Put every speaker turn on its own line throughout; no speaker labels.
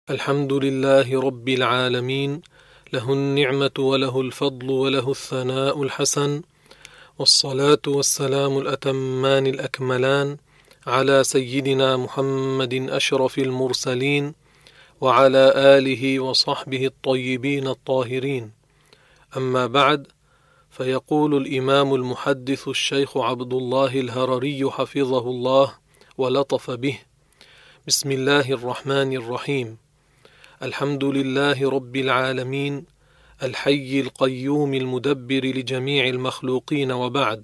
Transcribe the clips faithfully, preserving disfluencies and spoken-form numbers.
الحمد لله رب العالمين، له النعمة وله الفضل وله الثناء الحسن، والصلاة والسلام الأتمان الأكملان على سيدنا محمد أشرف المرسلين وعلى آله وصحبه الطيبين الطاهرين. أما بعد، فيقول الإمام المحدث الشيخ عبد الله الهرري حفظه الله ولطف به: بسم الله الرحمن الرحيم. الحمد لله رب العالمين، الحي القيوم المدبر لجميع المخلوقين، وبعد،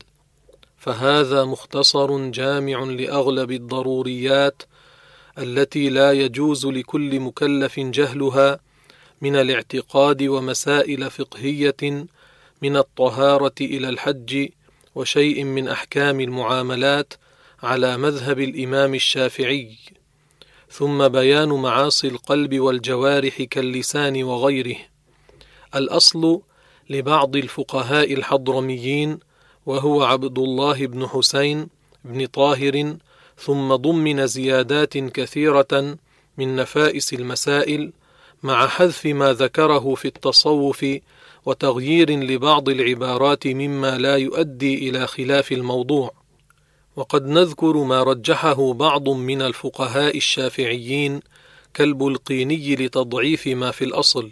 فهذا مختصر جامع لأغلب الضروريات التي لا يجوز لكل مكلف جهلها من الاعتقاد ومسائل فقهية من الطهارة إلى الحج وشيء من أحكام المعاملات على مذهب الإمام الشافعي، ثم بيان معاصي القلب والجوارح كاللسان وغيره. الأصل لبعض الفقهاء الحضرميين، وهو عبد الله بن حسين بن طاهر، ثم ضمن زيادات كثيرة من نفائس المسائل مع حذف ما ذكره في التصوف وتغيير لبعض العبارات مما لا يؤدي إلى خلاف الموضوع. وقد نذكر ما رجحه بعض من الفقهاء الشافعيين كالبلقيني لتضعيف ما في الأصل،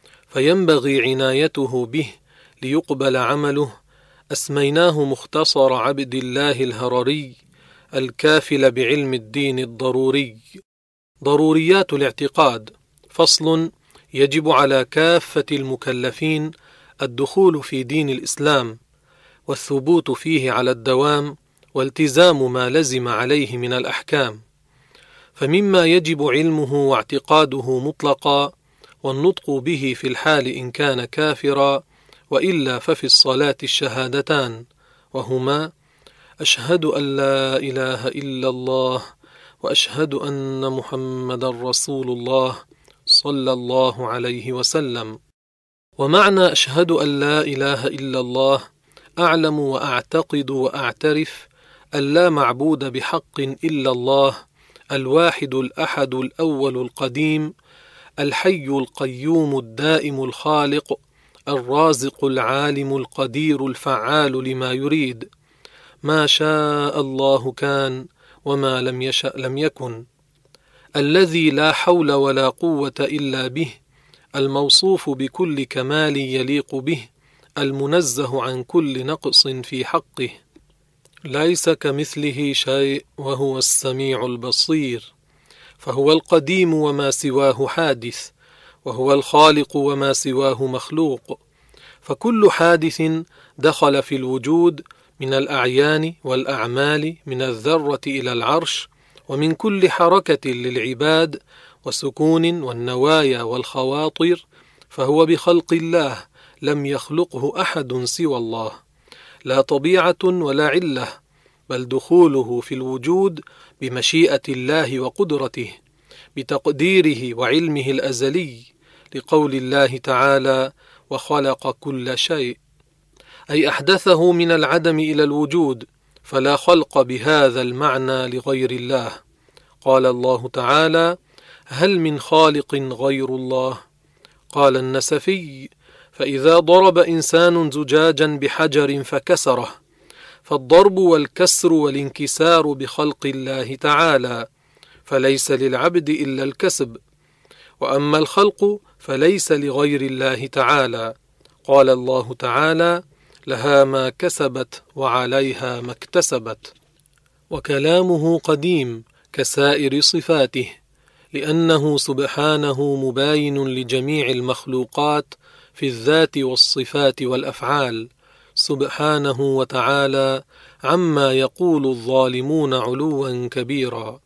فينبغي عنايته به ليقبل عمله. أسميناه مختصر عبد الله الهرري الكافل بعلم الدين الضروري. ضروريات الاعتقاد. فصل: يجب على كافة المكلفين الدخول في دين الإسلام والثبوت فيه على الدوام والتزام ما لزم عليه من الأحكام. فمما يجب علمه واعتقاده مطلقا، والنطق به في الحال إن كان كافرا، وإلا ففي الصلاة الشهادتان، وهما: أشهد أن لا إله إلا الله وأشهد أن محمدا رسول الله صلى الله عليه وسلم. ومعنى أشهد أن لا إله إلا الله: أعلم وأعتقد وأعترف أن لا معبود بحق إلا الله، الواحد الأحد الأول القديم، الحي القيوم الدائم الخالق، الرازق العالم القدير الفعال لما يريد، ما شاء الله كان وما لم يشأ لم يكن، الذي لا حول ولا قوة إلا به، الموصوف بكل كمال يليق به، المنزه عن كل نقص في حقه، ليس كمثله شيء وهو السميع البصير، فهو القديم وما سواه حادث، وهو الخالق وما سواه مخلوق، فكل حادث دخل في الوجود من الأعيان والأعمال، من الذرة إلى العرش، ومن كل حركة للعباد وسكون والنوايا والخواطر، فهو بخلق الله لم يخلقه أحد سوى الله، لا طبيعة ولا علة، بل دخوله في الوجود بمشيئة الله وقدرته، بتقديره وعلمه الأزلي، لقول الله تعالى: وخلق كل شيء، أي أحدثه من العدم إلى الوجود، فلا خلق بهذا المعنى لغير الله. قال الله تعالى: هل من خالق غير الله؟ قال النسفي: فإذا ضرب إنسان زجاجا بحجر فكسره، فالضرب والكسر والانكسار بخلق الله تعالى، فليس للعبد إلا الكسب، وأما الخلق فليس لغير الله تعالى. قال الله تعالى: لها ما كسبت وعليها ما اكتسبت. وكلامه قديم كسائر صفاته، لأنه سبحانه مباين لجميع المخلوقات في الذات والصفات والأفعال، سبحانه وتعالى عما يقول الظالمون علوا كبيرا.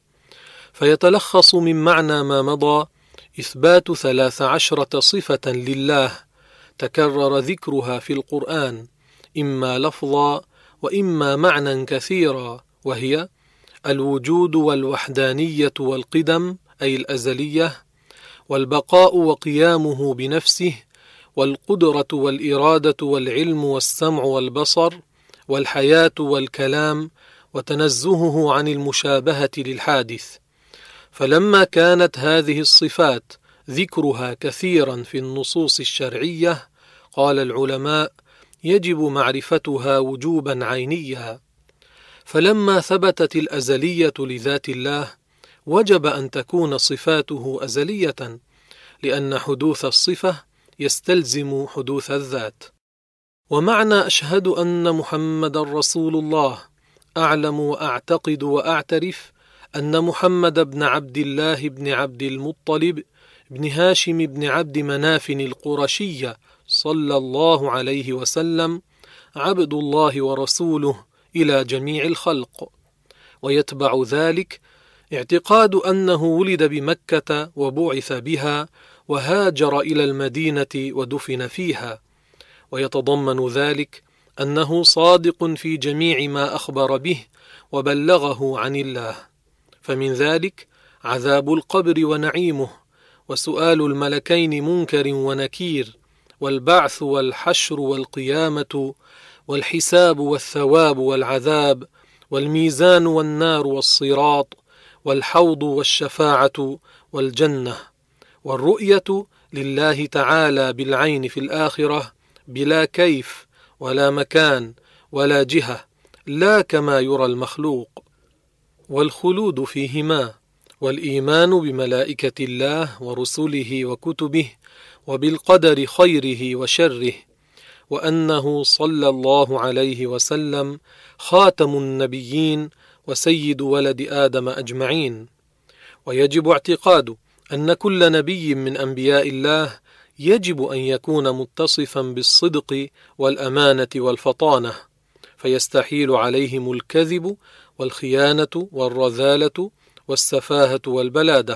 فيتلخص من معنى ما مضى إثبات ثلاث عشرة صفة لله تكرر ذكرها في القرآن، إما لفظا وإما معنى كثيرا، وهي: الوجود والوحدانية والقدم أي الأزلية، والبقاء وقيامه بنفسه، والقدرة والإرادة والعلم والسمع والبصر، والحياة والكلام، وتنزهه عن المشابهة للحادث. فلما كانت هذه الصفات ذكرها كثيرا في النصوص الشرعية، قال العلماء: يجب معرفتها وجوبا عينيا. فلما ثبتت الأزلية لذات الله، وجب أن تكون صفاته أزلية، لأن حدوث الصفة يستلزم حدوث الذات. ومعنى أشهد أن محمد رسول الله أعلم وأعتقد وأعترف أن محمد بن عبد الله بن عبد المطلب بن هاشم بن عبد مناف القرشي صلى الله عليه وسلم عبد الله ورسوله إلى جميع الخلق. ويتبع ذلك اعتقاد أنه ولد بمكة وبعث بها وهاجر إلى المدينة ودفن فيها. ويتضمن ذلك أنه صادق في جميع ما أخبر به وبلغه عن الله، فمن ذلك عذاب القبر ونعيمه، وسؤال الملكين منكر ونكير، والبعث والحشر والقيامة، والحساب والثواب والعذاب، والميزان والنار والصراط، والحوض والشفاعة والجنة، والرؤية لله تعالى بالعين في الآخرة بلا كيف ولا مكان ولا جهة، لا كما يرى المخلوق، والخلود فيهما، والإيمان بملائكة الله ورسله وكتبه وبالقدر خيره وشره، وأنه صلى الله عليه وسلم خاتم النبيين وسيد ولد آدم أجمعين. ويجب اعتقاد أن كل نبي من أنبياء الله يجب أن يكون متصفا بالصدق والأمانة والفطانة، فيستحيل عليهم الكذب والخيانة والرذالة والسفاهة والبلادة،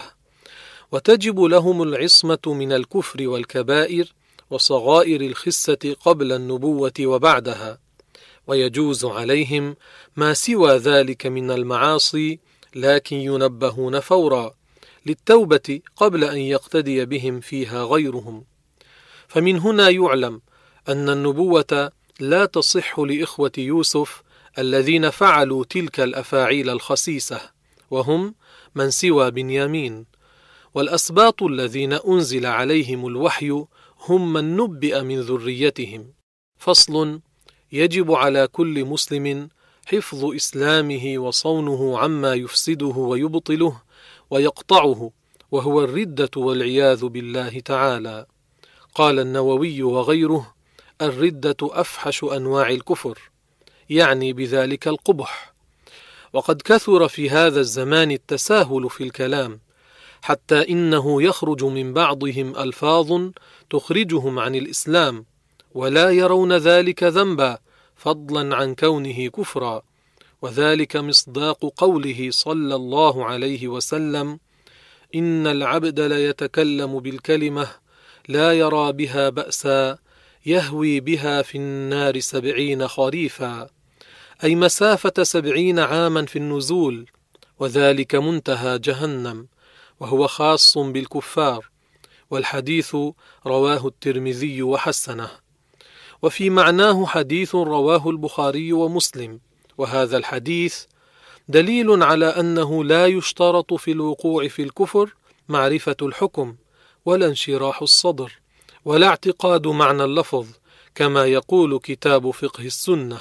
وتجب لهم العصمة من الكفر والكبائر وصغائر الخسة قبل النبوة وبعدها، ويجوز عليهم ما سوى ذلك من المعاصي، لكن ينبهون فورا للتوبة قبل أن يقتدي بهم فيها غيرهم. فمن هنا يعلم أن النبوة لا تصح لإخوة يوسف الذين فعلوا تلك الأفاعيل الخسيسة، وهم من سوى بنيامين. والأسباط الذين أنزل عليهم الوحي هم من نبئ من ذريتهم. فصل: يجب على كل مسلم حفظ إسلامه وصونه عما يفسده ويبطله ويقطعه، وهو الردة والعياذ بالله تعالى. قال النووي وغيره: الردة أفحش أنواع الكفر، يعني بذلك القبح. وقد كثر في هذا الزمان التساهل في الكلام، حتى إنه يخرج من بعضهم ألفاظ تخرجهم عن الإسلام، ولا يرون ذلك ذنبا فضلا عن كونه كفرا، وذلك مصداق قوله صلى الله عليه وسلم: إن العبد ليتكلم بالكلمة لا يرى بها بأسا يهوي بها في النار سبعين خريفا، أي مسافة سبعين عاما في النزول، وذلك منتهى جهنم، وهو خاص بالكفار. والحديث رواه الترمذي وحسنه. وفي معناه حديث رواه البخاري ومسلم، وهذا الحديث دليل على أنه لا يشترط في الوقوع في الكفر معرفة الحكم ولا انشراح الصدر ولا اعتقاد معنى اللفظ كما يقول كتاب فقه السنة.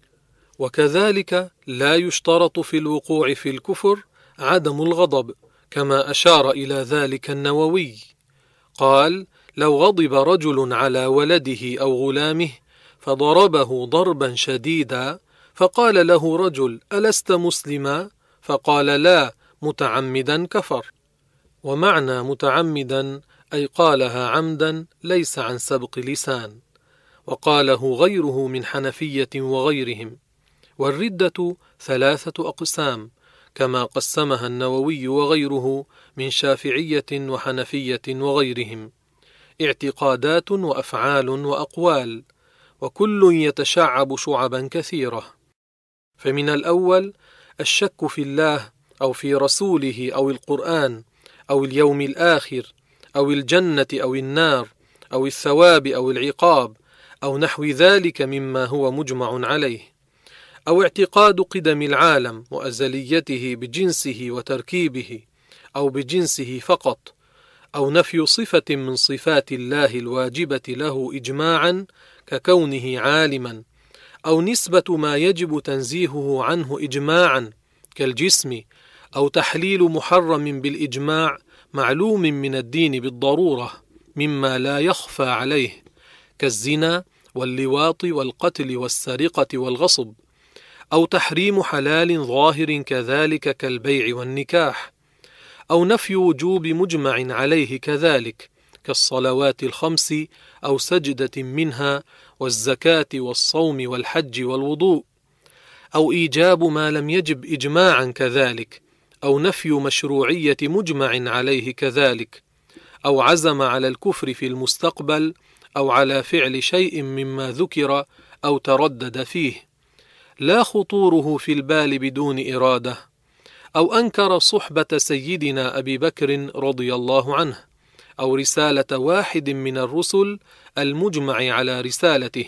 وكذلك لا يشترط في الوقوع في الكفر عدم الغضب، كما أشار إلى ذلك النووي. قال: لو غضب رجل على ولده أو غلامه فضربه ضربا شديدا، فقال له رجل: ألست مسلما؟ فقال: لا، متعمدا كفر. ومعنى متعمدا أي قالها عمدا ليس عن سبق لسان، وقاله غيره من حنفية وغيرهم. والردة ثلاثة أقسام، كما قسمها النووي وغيره من شافعية وحنفية وغيرهم: اعتقادات وأفعال وأقوال، وكل يتشعب شعبا كثيرة. فمن الأول الشك في الله أو في رسوله أو القرآن أو اليوم الآخر أو الجنة أو النار أو الثواب أو العقاب أو نحو ذلك مما هو مجمع عليه، أو اعتقاد قدم العالم وأزليته بجنسه وتركيبه أو بجنسه فقط، أو نفي صفة من صفات الله الواجبة له إجماعا ككونه عالما، أو نسبة ما يجب تنزيهه عنه إجماعا كالجسم، أو تحليل محرم بالإجماع معلوم من الدين بالضرورة مما لا يخفى عليه كالزنا واللواط والقتل والسرقة والغصب، أو تحريم حلال ظاهر كذلك كالبيع والنكاح، أو نفي وجوب مجمع عليه كذلك كالصلوات الخمس أو سجدة منها والزكاة والصوم والحج والوضوء، أو إيجاب ما لم يجب إجماعا كذلك، أو نفي مشروعية مجمع عليه كذلك، أو عزم على الكفر في المستقبل، أو على فعل شيء مما ذكر أو تردد فيه لا خطوره في البال بدون إرادة، أو أنكر صحبة سيدنا أبي بكر رضي الله عنه، أو رسالة واحد من الرسل المجمع على رسالته،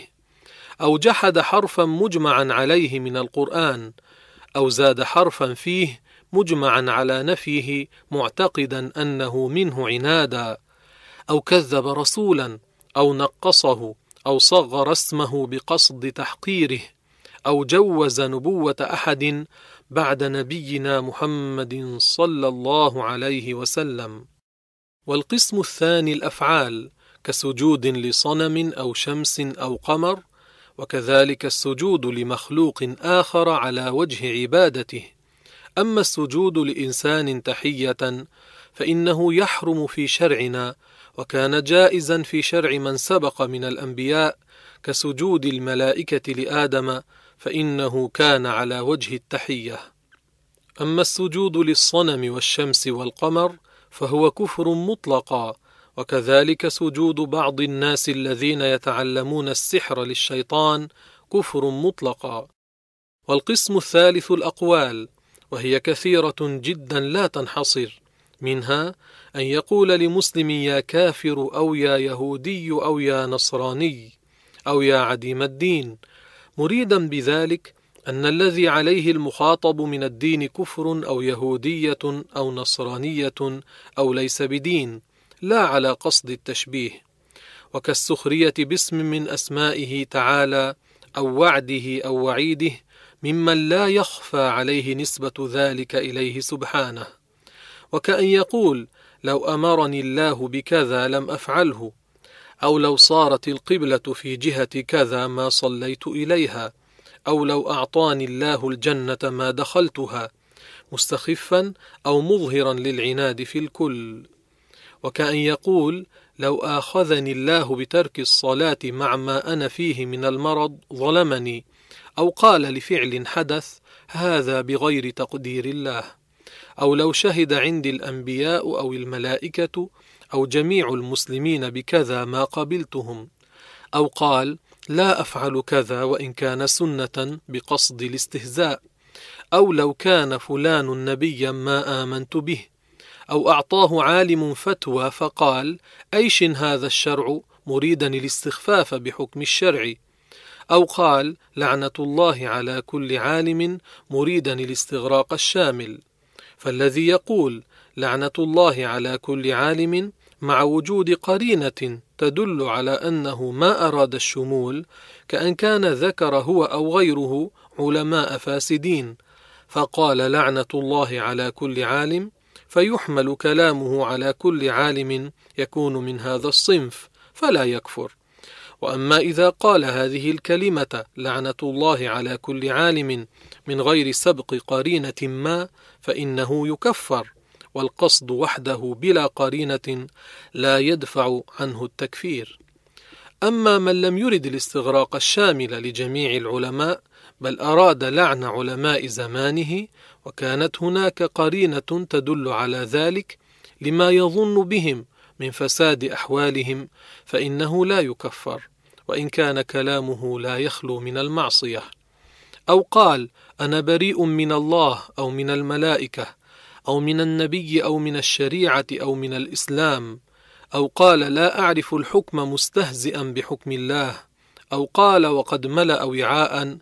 أو جحد حرفا مجمعا عليه من القرآن، أو زاد حرفا فيه مجمعا على نفيه معتقدا أنه منه عنادا، أو كذب رسولا، أو نقصه، أو صغر اسمه بقصد تحقيره، أو جوز نبوة أحد بعد نبينا محمد صلى الله عليه وسلم. والقسم الثاني الأفعال كسجود لصنم أو شمس أو قمر، وكذلك السجود لمخلوق آخر على وجه عبادته. أما السجود لإنسان تحية فإنه يحرم في شرعنا، وكان جائزا في شرع من سبق من الأنبياء كسجود الملائكة لآدم، فإنه كان على وجه التحية. أما السجود للصنم والشمس والقمر فهو كفر مطلقا، وكذلك سجود بعض الناس الذين يتعلمون السحر للشيطان كفر مطلقا. والقسم الثالث الأقوال، وهي كثيرة جدا لا تنحصر، منها أن يقول لمسلم يا كافر أو يا يهودي أو يا نصراني أو يا عديم الدين، مريدا بذلك أن الذي عليه المخاطب من الدين كفر أو يهودية أو نصرانية أو ليس بدين، لا على قصد التشبيه، وكالسخرية باسم من أسمائه تعالى أو وعده أو وعيده ممن لا يخفى عليه نسبة ذلك إليه سبحانه، وكأن يقول لو أمرني الله بكذا لم أفعله، أو لو صارت القبلة في جهة كذا ما صليت إليها، أو لو أعطاني الله الجنة ما دخلتها، مستخفا أو مظهرا للعناد في الكل. وكأن يقول لو آخذني الله بترك الصلاة مع ما أنا فيه من المرض ظلمني، أو قال لفعل حدث هذا بغير تقدير الله، أو لو شهد عندي الأنبياء أو الملائكة أو جميع المسلمين بكذا ما قبلتهم، أو قال لا أفعل كذا وإن كان سنة بقصد الاستهزاء، أو لو كان فلان نبيا ما آمنت به، أو أعطاه عالم فتوى فقال أيش هذا الشرع مريدا الاستخفاف بحكم الشرع، أو قال لعنة الله على كل عالم مريدا الاستغراق الشامل. فالذي يقول لعنة الله على كل عالم مع وجود قرينة تدل على أنه ما أراد الشمول، كأن كان ذكر هو أو غيره علماء فاسدين فقال لعنة الله على كل عالم، فيحمل كلامه على كل عالم يكون من هذا الصنف فلا يكفر. وأما إذا قال هذه الكلمة لعنة الله على كل عالم من غير سبق قرينة ما فإنه يكفر، والقصد وحده بلا قرينة لا يدفع عنه التكفير. أما من لم يرد الاستغراق الشامل لجميع العلماء بل أراد لعن علماء زمانه، وكانت هناك قرينة تدل على ذلك لما يظن بهم من فساد أحوالهم، فإنه لا يكفر وإن كان كلامه لا يخلو من المعصية. أو قال أنا بريء من الله أو من الملائكة أو من النبي أو من الشريعة أو من الإسلام، أو قال لا أعرف الحكم مستهزئا بحكم الله، أو قال وقد ملأ وعاء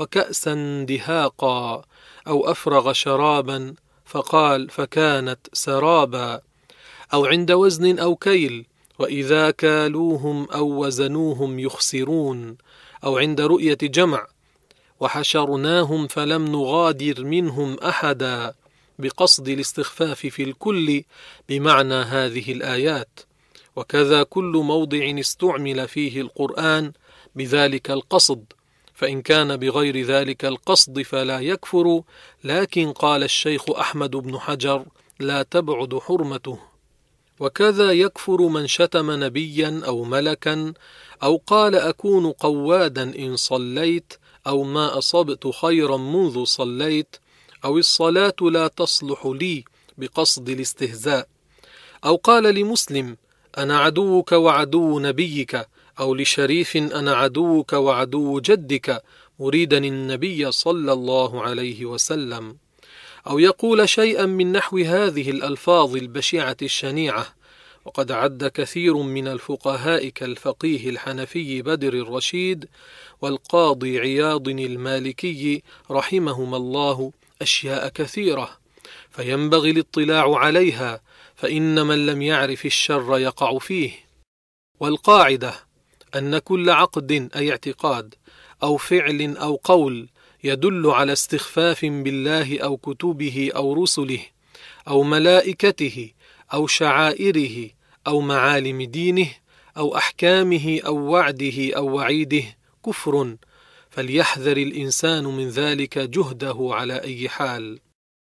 وكأسا دهاقا، أو أفرغ شرابا فقال فكانت سرابا، أو عند وزن أو كيل، وإذا كالوهم أو وزنوهم يخسرون، أو عند رؤية جمع، وحشرناهم فلم نغادر منهم أحدا، بقصد الاستخفاف في الكل بمعنى هذه الآيات. وكذا كل موضع استعمل فيه القرآن بذلك القصد، فإن كان بغير ذلك القصد فلا يكفر، لكن قال الشيخ أحمد بن حجر لا تبعد حرمته. وكذا يكفر من شتم نبيا أو ملكا، أو قال أكون قوادا إن صليت، أو ما أصبت خيرا منذ صليت، أو الصلاة لا تصلح لي بقصد الاستهزاء، أو قال لمسلم أنا عدوك وعدو نبيك، أو لشريف أنا عدوك وعدو جدك، مريدا النبي صلى الله عليه وسلم، أو يقول شيئا من نحو هذه الألفاظ البشعة الشنيعة. وقد عد كثير من الفقهاء كالفقيه الحنفي بدر الرشيد والقاضي عياض المالكي رحمهما الله أشياء كثيرة، فينبغي الاطلاع عليها، فإن من لم يعرف الشر يقع فيه. والقاعدة أن كل عقد أي اعتقاد أو فعل أو قول يدل على استخفاف بالله أو كتبه أو رسله أو ملائكته أو شعائره أو معالم دينه أو أحكامه أو وعده أو وعيده كفر، فليحذر الإنسان من ذلك جهده على أي حال.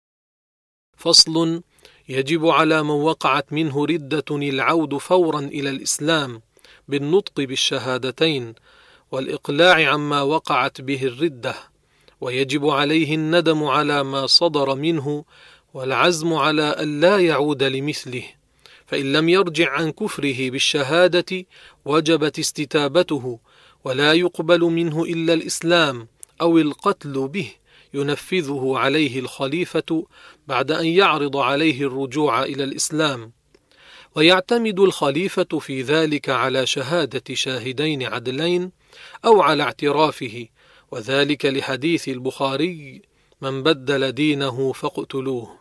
فصل: يجب على من وقعت منه ردة العود فورا إلى الإسلام بالنطق بالشهادتين والإقلاع عما وقعت به الردة، ويجب عليه الندم على ما صدر منه والعزم على أن لا يعود لمثله، فإن لم يرجع عن كفره بالشهادة وجبت استتابته، ولا يقبل منه إلا الإسلام أو القتل به ينفذه عليه الخليفة بعد أن يعرض عليه الرجوع إلى الإسلام. ويعتمد الخليفة في ذلك على شهادة شاهدين عدلين أو على اعترافه، وذلك لحديث البخاري من بدل دينه فاقتلوه.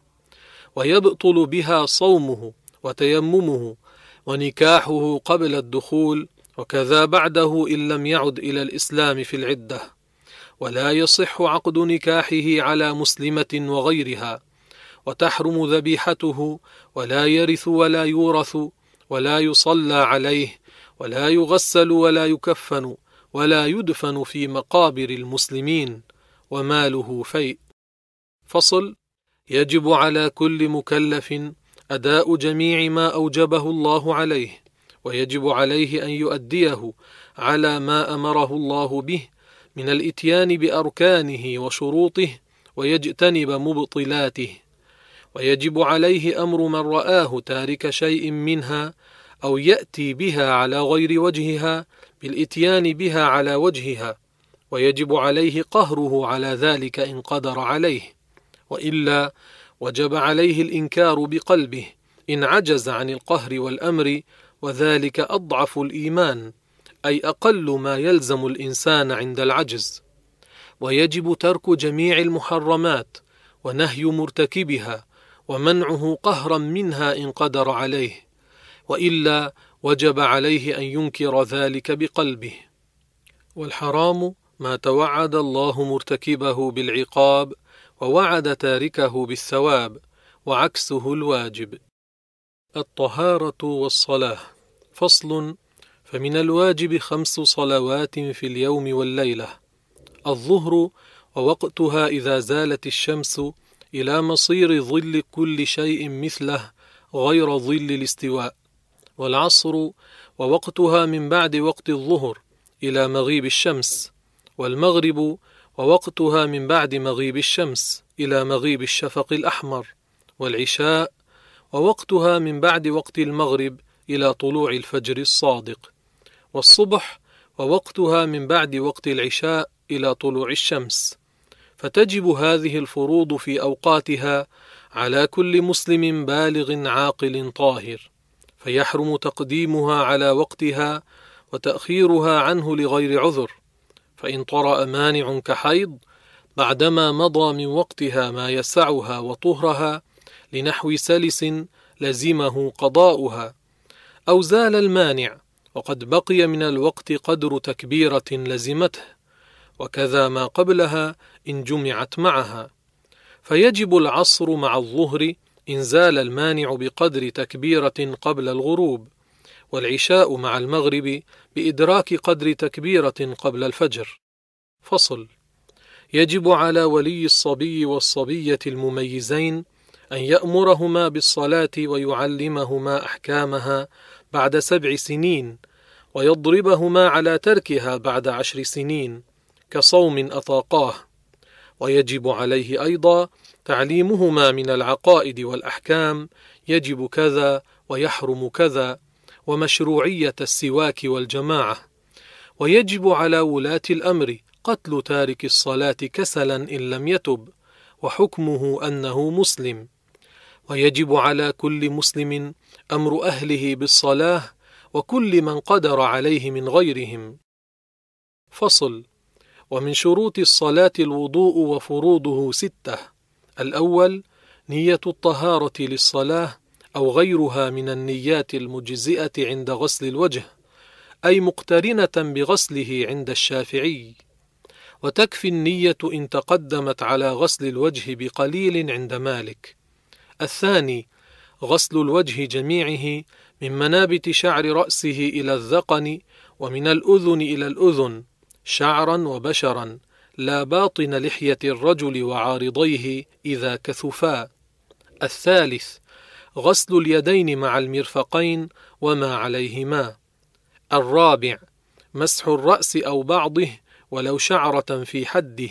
ويبطل بها صومه وتيممه ونكاحه قبل الدخول، وكذا بعده إن لم يعد إلى الإسلام في العدة. ولا يصح عقد نكاحه على مسلمة وغيرها، وتحرم ذبيحته، ولا يرث ولا يورث، ولا يصلى عليه، ولا يغسل ولا يكفن، ولا يدفن في مقابر المسلمين، وماله فيء. فصل: يجب على كل مكلف أداء جميع ما أوجبه الله عليه، ويجب عليه أن يؤديه على ما أمره الله به من الإتيان بأركانه وشروطه، ويجتنب مبطلاته. ويجب عليه أمر من رآه تارك شيء منها أو يأتي بها على غير وجهها بالإتيان بها على وجهها، ويجب عليه قهره على ذلك إن قدر عليه، وإلا وجب عليه الإنكار بقلبه إن عجز عن القهر والأمر، وذلك أضعف الإيمان، أي أقل ما يلزم الإنسان عند العجز. ويجب ترك جميع المحرمات ونهي مرتكبها ومنعه قهرا منها إن قدر عليه، وإلا وجب عليه أن ينكر ذلك بقلبه. والحرام ما توعد الله مرتكبه بالعقاب ووعد تاركه بالثواب، وعكسه الواجب. الطهارة والصلاة. فصل: فمن الواجب خمس صلوات في اليوم والليلة: الظهر ووقتها إذا زالت الشمس إلى مصير ظل كل شيء مثله غير ظل الاستواء، والعصر ووقتها من بعد وقت الظهر إلى مغيب الشمس، والمغرب ووقتها من بعد مغيب الشمس إلى مغيب الشفق الأحمر، والعشاء ووقتها من بعد وقت المغرب إلى طلوع الفجر الصادق، والصبح ووقتها من بعد وقت العشاء إلى طلوع الشمس. فتجب هذه الفروض في أوقاتها على كل مسلم بالغ عاقل طاهر، فيحرم تقديمها على وقتها وتأخيرها عنه لغير عذر، فإن طرأ مانع كحيض بعدما مضى من وقتها ما يسعها وطهرها لنحو سلس لزمه قضاؤها، أو زال المانع وقد بقي من الوقت قدر تكبيرة لزمته، وكذا ما قبلها إن جمعت معها، فيجب العصر مع الظهر إن زال المانع بقدر تكبيرة قبل الغروب، والعشاء مع المغرب بإدراك قدر تكبيرة قبل الفجر. فصل. يجب على ولي الصبي والصبية المميزين أن يأمرهما بالصلاة ويعلمهما أحكامها بعد سبع سنين، ويضربهما على تركها بعد عشر سنين كصوم أطاقاه، ويجب عليه أيضا تعليمهما من العقائد والأحكام يجب كذا ويحرم كذا، ومشروعية السواك والجماعة. ويجب على ولاة الأمر قتل تارك الصلاة كسلا إن لم يتب، وحكمه أنه مسلم. ويجب على كل مسلم أمر أهله بالصلاة وكل من قدر عليه من غيرهم. فصل. ومن شروط الصلاة الوضوء وفروضه ستة: الأول نية الطهارة للصلاة أو غيرها من النيات المجزئة عند غسل الوجه، أي مقترنة بغسله عند الشافعي، وتكفي النية إن تقدمت على غسل الوجه بقليل عند مالك. الثاني غسل الوجه جميعه من منابت شعر رأسه إلى الذقن، ومن الأذن إلى الأذن شعرا وبشرا، لا باطن لحية الرجل وعارضيه إذا كثفا. الثالث غسل اليدين مع المرفقين وما عليهما. الرابع مسح الرأس أو بعضه ولو شعرة في حده.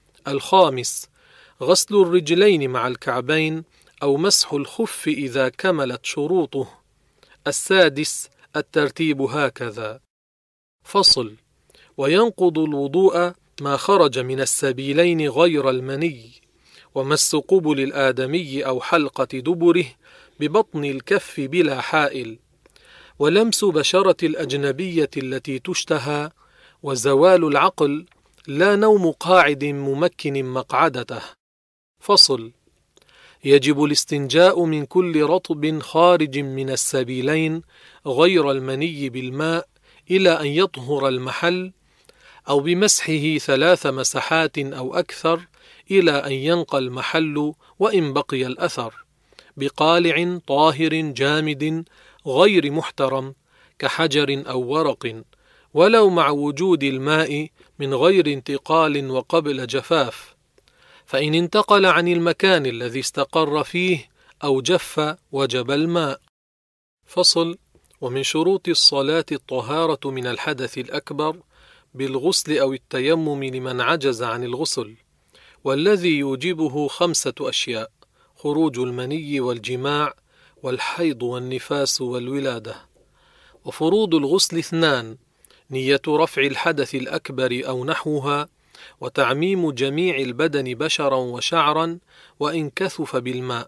الخامس غسل الرجلين مع الكعبين أو مسح الخف إذا كملت شروطه. السادس الترتيب هكذا. فصل. وينقض الوضوء ما خرج من السبيلين غير المني، ومس قبل الآدمي أو حلقة دبره ببطن الكف بلا حائل، ولمس بشرة الأجنبية التي تشتهى، وزوال العقل، لا نوم قاعد ممكن مقعدته. فصل. يجب الاستنجاء من كل رطب خارج من السبيلين غير المني بالماء إلى أن يطهر المحل، أو بمسحه ثلاث مسحات أو أكثر إلى أن ينقى المحل وإن بقي الأثر، بقالع طاهر جامد غير محترم كحجر أو ورق، ولو مع وجود الماء من غير انتقال وقبل جفاف، فإن انتقل عن المكان الذي استقر فيه أو جف وجب الماء. فصل. ومن شروط الصلاة الطهارة من الحدث الأكبر بالغسل أو التيمم لمن عجز عن الغسل، والذي يوجبه خمسة أشياء: خروج المني والجماع والحيض والنفاس والولادة. وفروض الغسل اثنان: نية رفع الحدث الأكبر أو نحوها، وتعميم جميع البدن بشرا وشعرا وإن كثف بالماء.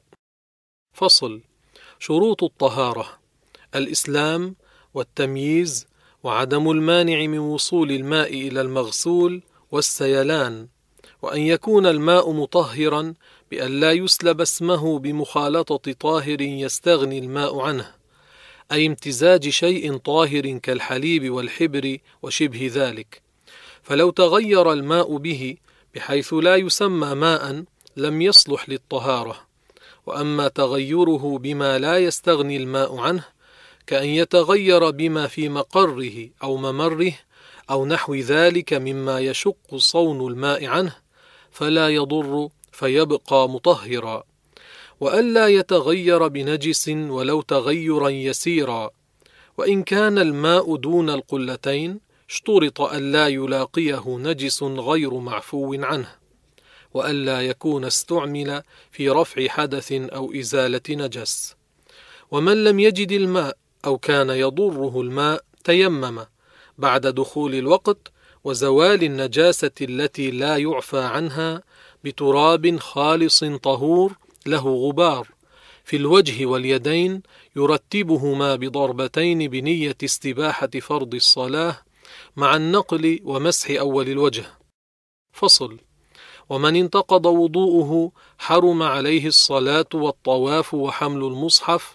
فصل. شروط الطهارة: الإسلام والتمييز، وعدم المانع من وصول الماء إلى المغسول، والسيلان، وأن يكون الماء مطهرا بأن لا يسلب اسمه بمخالطة طاهر يستغني الماء عنه، أي امتزاج شيء طاهر كالحليب والحبر وشبه ذلك، فلو تغير الماء به بحيث لا يسمى ماء لم يصلح للطهارة. وأما تغيره بما لا يستغني الماء عنه كأن يتغير بما في مقره أو ممره أو نحو ذلك مما يشق صون الماء عنه فلا يضر فيبقى مطهرا، وألا يتغير بنجس ولو تغيرا يسيرا، وإن كان الماء دون القلتين اشترط ألا يلاقيه نجس غير معفو عنه، وألا يكون استعمل في رفع حدث أو إزالة نجس. ومن لم يجد الماء أو كان يضره الماء تيمم بعد دخول الوقت وزوال النجاسة التي لا يعفى عنها بتراب خالص طهور له غبار في الوجه واليدين، يرتبهما بضربتين بنية استباحة فرض الصلاة مع النقل ومسح أول الوجه. فصل. ومن انتقض وضوءه حرم عليه الصلاة والطواف وحمل المصحف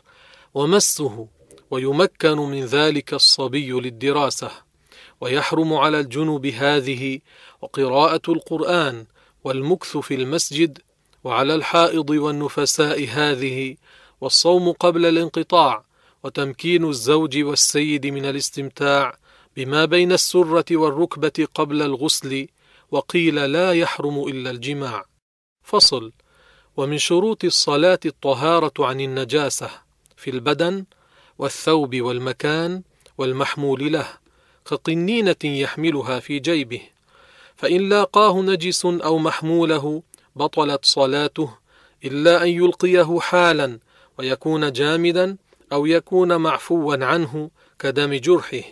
ومسه، ويمكن من ذلك الصبي للدراسة. ويحرم على الجنب هذه وقراءة القرآن والمكث في المسجد، وعلى الحائض والنفساء هذه والصوم قبل الانقطاع، وتمكين الزوج والسيد من الاستمتاع بما بين السرة والركبة قبل الغسل، وقيل لا يحرم إلا الجماع. فصل. ومن شروط الصلاة الطهارة عن النجاسة في البدن والثوب والمكان والمحمول له، كقنينة يحملها في جيبه، فإن لاقاه نجس أو محموله بطلت صلاته، إلا أن يلقيه حالا ويكون جامدا أو يكون معفوا عنه كدم جرحه.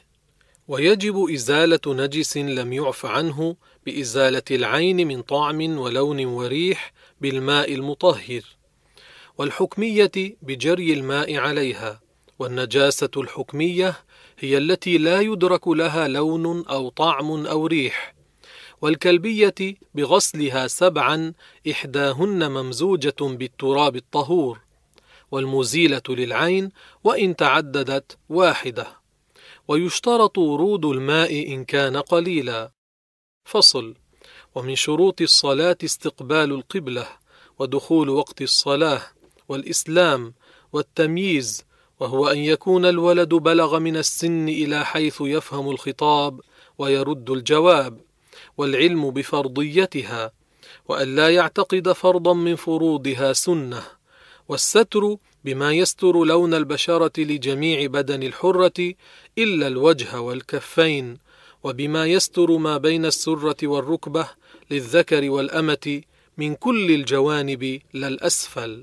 ويجب إزالة نجس لم يعف عنه بإزالة العين من طعم ولون وريح بالماء المطهر، والحكمية بجري الماء عليها. والنجاسة الحكمية هي التي لا يدرك لها لون أو طعم أو ريح، والكلبية بغسلها سبعا إحداهن ممزوجة بالتراب الطهور، والمزيلة للعين وإن تعددت واحدة، ويشترط ورود الماء إن كان قليلا. فصل. ومن شروط الصلاة استقبال القبلة، ودخول وقت الصلاة، والإسلام، والتمييز، وهو أن يكون الولد بلغ من السن إلى حيث يفهم الخطاب ويرد الجواب، والعلم بفرضيتها، وأن لا يعتقد فرضا من فروضها سنة، والستر بما يستر لون البشرة لجميع بدن الحرة إلا الوجه والكفين، وبما يستر ما بين السرة والركبة للذكر والأمة من كل الجوانب لا الأسفل.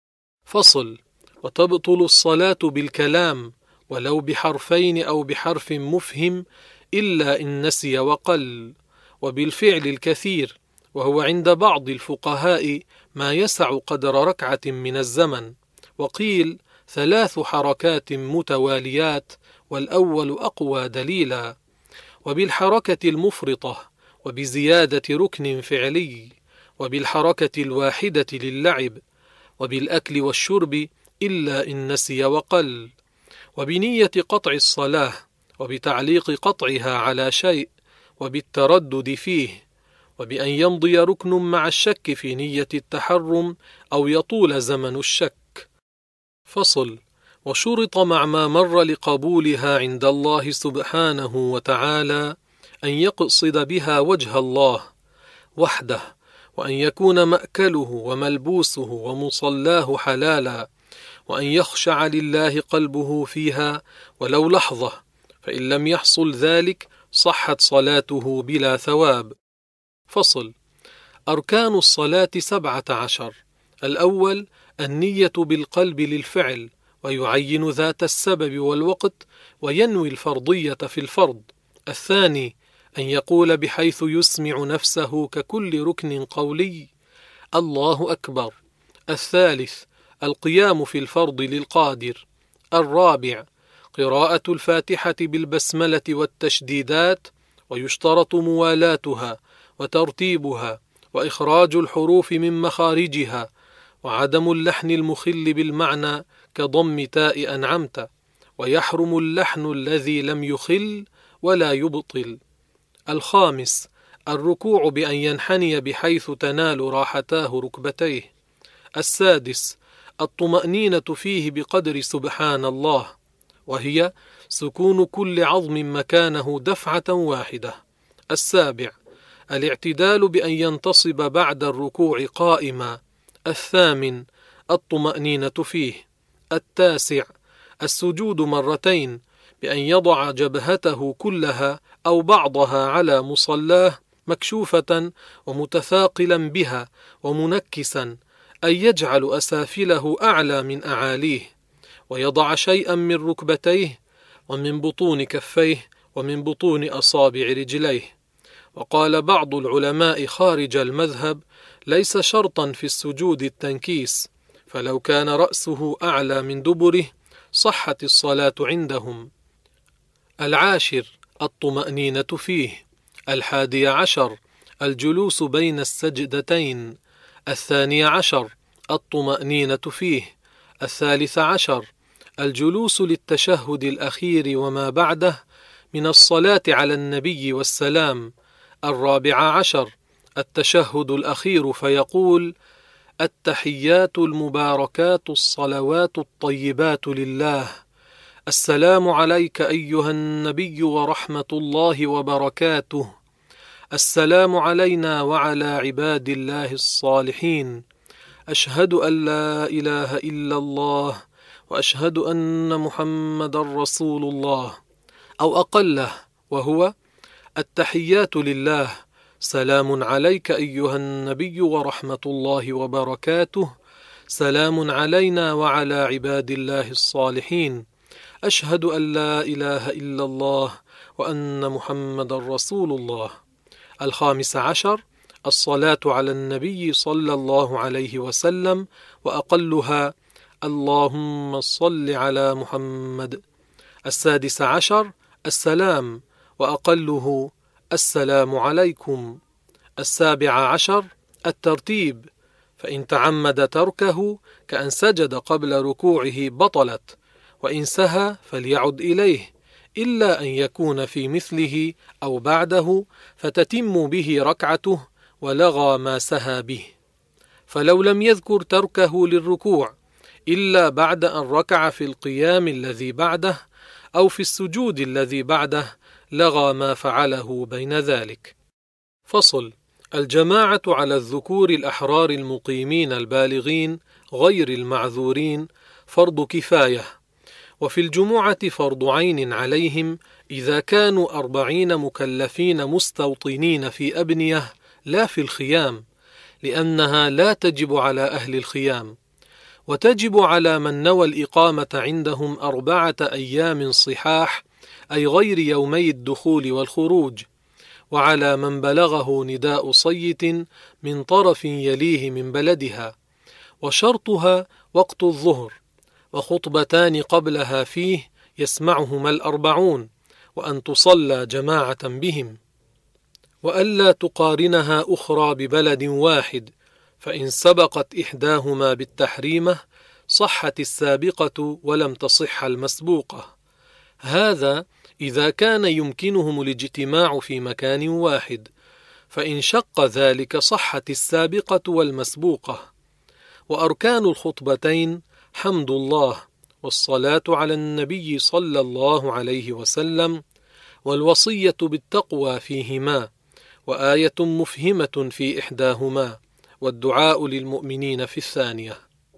فصل. وتبطل الصلاة بالكلام ولو بحرفين أو بحرف مفهم إلا إن نسي وقل، وبالفعل الكثير، وهو عند بعض الفقهاء ما يسع قدر ركعة من الزمن، وقيل ثلاث حركات متواليات، والأول أقوى دليلا. وبالحركة المفرطة، وبزيادة ركن فعلي، وبالحركة الواحدة للعب، وبالأكل والشرب إلا إن نسي وقل، وبنية قطع الصلاة، وبتعليق قطعها على شيء، وبالتردد فيه، وبأن يمضي ركن مع الشك في نية التحرم أو يطول زمن الشك. فصل. وشرط مع ما مر لقبولها عند الله سبحانه وتعالى أن يقصد بها وجه الله وحده، وأن يكون مأكله وملبوسه ومصلاه حلالا، وأن يخشع لله قلبه فيها ولو لحظة، فإن لم يحصل ذلك صحت صلاته بلا ثواب. فصل. أركان الصلاة سبعة عشر. الأول النية بالقلب للفعل، ويعين ذات السبب والوقت، وينوي الفرضية في الفرض. الثاني أن يقول بحيث يسمع نفسه ككل ركن قولي الله أكبر. الثالث القيام في الفرض للقادر. الرابع قراءة الفاتحة بالبسملة والتشديدات، ويشترط موالاتها وترتيبها، وإخراج الحروف من مخارجها، وعدم اللحن المخل بالمعنى كضم تاء أنعمت، ويحرم اللحن الذي لم يخل ولا يبطل. الخامس الركوع بأن ينحني بحيث تنال راحتاه ركبتيه. السادس الطمأنينة فيه بقدر سبحان الله، وهي سكون كل عظم مكانه دفعة واحدة. السابع الاعتدال بأن ينتصب بعد الركوع قائما. الثامن الطمأنينة فيه. التاسع السجود مرتين بأن يضع جبهته كلها أو بعضها على مصلاه مكشوفة ومتثاقلا بها ومنكسا، أن يجعل أسافله أعلى من أعاليه، ويضع شيئا من ركبتيه ومن بطون كفيه ومن بطون أصابع رجليه. وقال بعض العلماء خارج المذهب ليس شرطا في السجود التنكيس، فلو كان رأسه أعلى من دبره صحت الصلاة عندهم. العاشر الطمأنينة فيه. الحادي عشر الجلوس بين السجدتين. الثاني عشر الطمأنينة فيه. الثالث عشر الجلوس للتشهد الأخير وما بعده من الصلاة على النبي والسلام. الرابع عشر التشهد الأخير، فيقول: التحيات المباركات الصلوات الطيبات لله، السلام عليك أيها النبي ورحمة الله وبركاته، السلام علينا وعلى عباد الله الصالحين، أشهد أن لا إله إلا الله وأشهد أن محمد رسول الله. أو أقله، وهو: التحيات لله، سلام عليك أيها النبي ورحمة الله وبركاته، سلام علينا وعلى عباد الله الصالحين، أشهد أن لا إله إلا الله وأن محمد رسول الله. الخامس عشر الصلاة على النبي صلى الله عليه وسلم، وأقلها: اللهم صل على محمد. السادس عشر السلام، وأقله: السلام عليكم. السابع عشر الترتيب، فإن تعمد تركه كأن سجد قبل ركوعه بطلت، وإن سهى فليعد إليه، إلا أن يكون في مثله أو بعده فتتم به ركعته ولغى ما سهى به. فلو لم يذكر تركه للركوع إلا بعد أن ركع في القيام الذي بعده أو في السجود الذي بعده، لغى ما فعله بين ذلك. فصل: الجماعة على الذكور الأحرار المقيمين البالغين غير المعذورين فرض كفاية، وفي الجمعة فرض عين عليهم إذا كانوا أربعين مكلفين مستوطنين في أبنية لا في الخيام، لأنها لا تجب على أهل الخيام، وتجب على من نوى الإقامة عندهم أربعة أيام صحاح، أي غير يومي الدخول والخروج، وعلى من بلغه نداء صيت من طرف يليه من بلدها، وشرطها وقت الظهر، وخطبتان قبلها فيه يسمعهما الأربعون، وأن تصلى جماعة بهم، وألا تقارنها أخرى ببلد واحد، فإن سبقت إحداهما بالتحريمة صحت السابقة ولم تصح المسبوقة. هذا إذا كان يمكنهم الاجتماع في مكان واحد، فإن شق ذلك صحت السابقة والمسبوقة. وأركان الخطبتين حمد الله، والصلاة على النبي صلى الله عليه وسلم، والوصية بالتقوى فيهما، وآية مفهمة في إحداهما، والدعاء للمؤمنين في الثانية.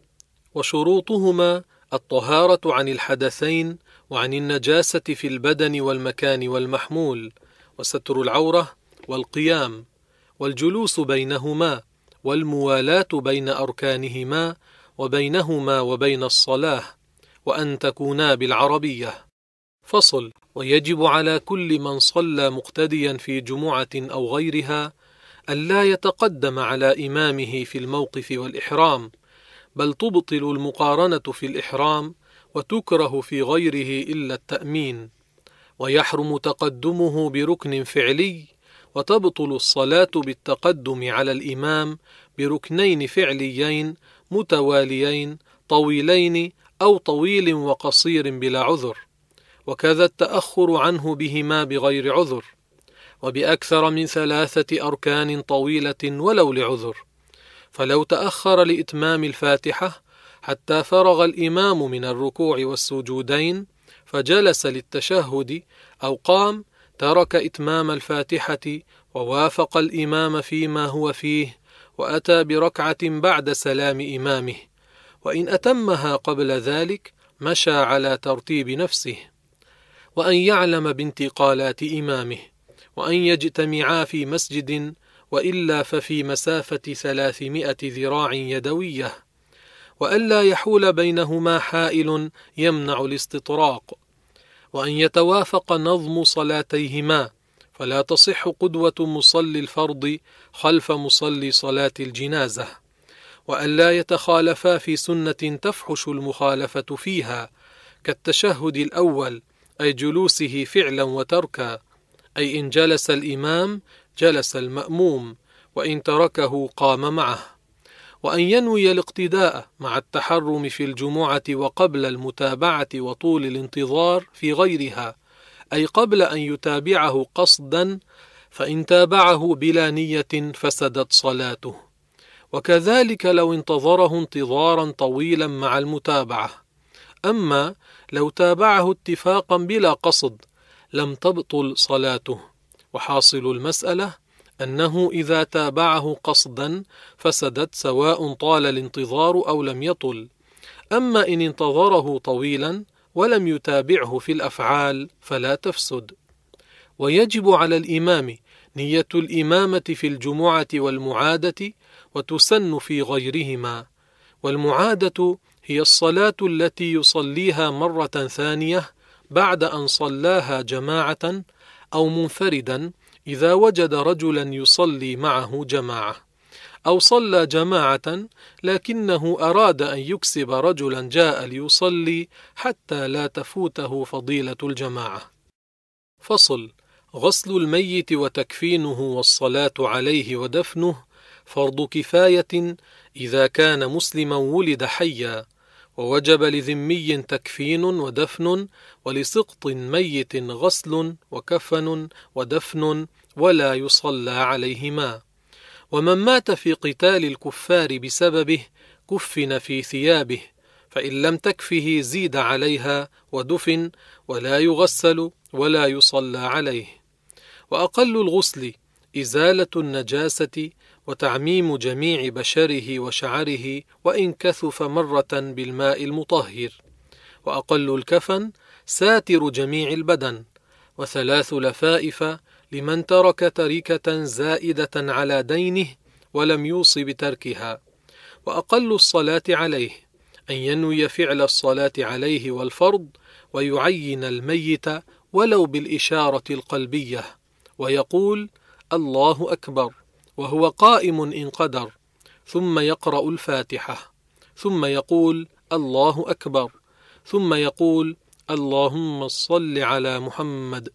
وشروطهما الطهارة عن الحدثين وعن النجاسة في البدن والمكان والمحمول، وستر العورة، والقيام، والجلوس بينهما، والموالاة بين أركانهما وبينهما وبين الصلاة، وأن تكونا بالعربية. فصل: ويجب على كل من صلى مقتديا في جمعة أو غيرها ألا يتقدم على إمامه في الموقف والإحرام، بل تبطل المقارنة في الإحرام، وتكره في غيره إلا التأمين، ويحرم تقدمه بركن فعلي، وتبطل الصلاة بالتقدم على الإمام بركنين فعليين متواليين طويلين أو طويل وقصير بلا عذر، وكذا التأخر عنه بهما بغير عذر، وبأكثر من ثلاثة أركان طويلة ولو لعذر. فلو تأخر لإتمام الفاتحة حتى فرغ الإمام من الركوع والسجودين فجلس للتشهد أو قام، ترك إتمام الفاتحة ووافق الإمام فيما هو فيه، وأتى بركعة بعد سلام إمامه، وإن أتمها قبل ذلك مشى على ترتيب نفسه. وأن يعلم بانتقالات إمامه، وأن يجتمعا في مسجد، وإلا ففي مسافة ثلاثمائة ذراع يدوية، وألا يحول بينهما حائل يمنع الاستطراق، وأن يتوافق نظم صلاتيهما، فلا تصح قدوة مصلي الفرض خلف مصلي صلاة الجنازة، وألا يتخالفا في سنة تفحش المخالفة فيها، كالتشهد الأول، أي جلوسه فعلا وتركا، أي إن جلس الإمام جلس المأموم، وإن تركه قام معه. وأن ينوي الاقتداء مع التحرم في الجمعة وقبل المتابعة وطول الانتظار في غيرها، أي قبل أن يتابعه قصدا، فإن تابعه بلا نية فسدت صلاته. وكذلك لو انتظره انتظارا طويلا مع المتابعة. أما لو تابعه اتفاقا بلا قصد لم تبطل صلاته. وحاصل المسألة أنه إذا تابعه قصدا فسدت سواء طال الانتظار أو لم يطل. أما إن انتظره طويلا ولم يتابعه في الأفعال فلا تفسد. ويجب على الإمام نية الإمامة في الجمعة والمعادة، وتسن في غيرهما. والمعادة هي الصلاة التي يصليها مرة ثانية بعد أن صلاها جماعة أو منفردا إذا وجد رجلا يصلي معه جماعة، أو صلى جماعة لكنه أراد أن يكسب رجلا جاء ليصلي حتى لا تفوته فضيلة الجماعة. فصل: غسل الميت وتكفينه والصلاة عليه ودفنه فرض كفاية إذا كان مسلما ولد حيا، ووجب لذمي تكفين ودفن، ولسقط ميت غسل وكفن ودفن ولا يصلى عليهما. ومن مات في قتال الكفار بسببه كفن في ثيابه، فإن لم تكفه زيد عليها ودفن ولا يغسل ولا يصلى عليه. وأقل الغسل إزالة النجاسة وتعميم جميع بشره وشعره وإن كثف مرة بالماء المطهر. وأقل الكفن ساتر جميع البدن، وثلاث لفائف لمن ترك تركة زائدة على دينه ولم يوص بتركها. وأقل الصلاة عليه أن ينوي فعل الصلاة عليه والفرض، ويعين الميت ولو بالإشارة القلبية، ويقول الله أكبر وهو قائم إن قدر، ثم يقرأ الفاتحة، ثم يقول الله أكبر، ثم يقول اللهم صل على محمد،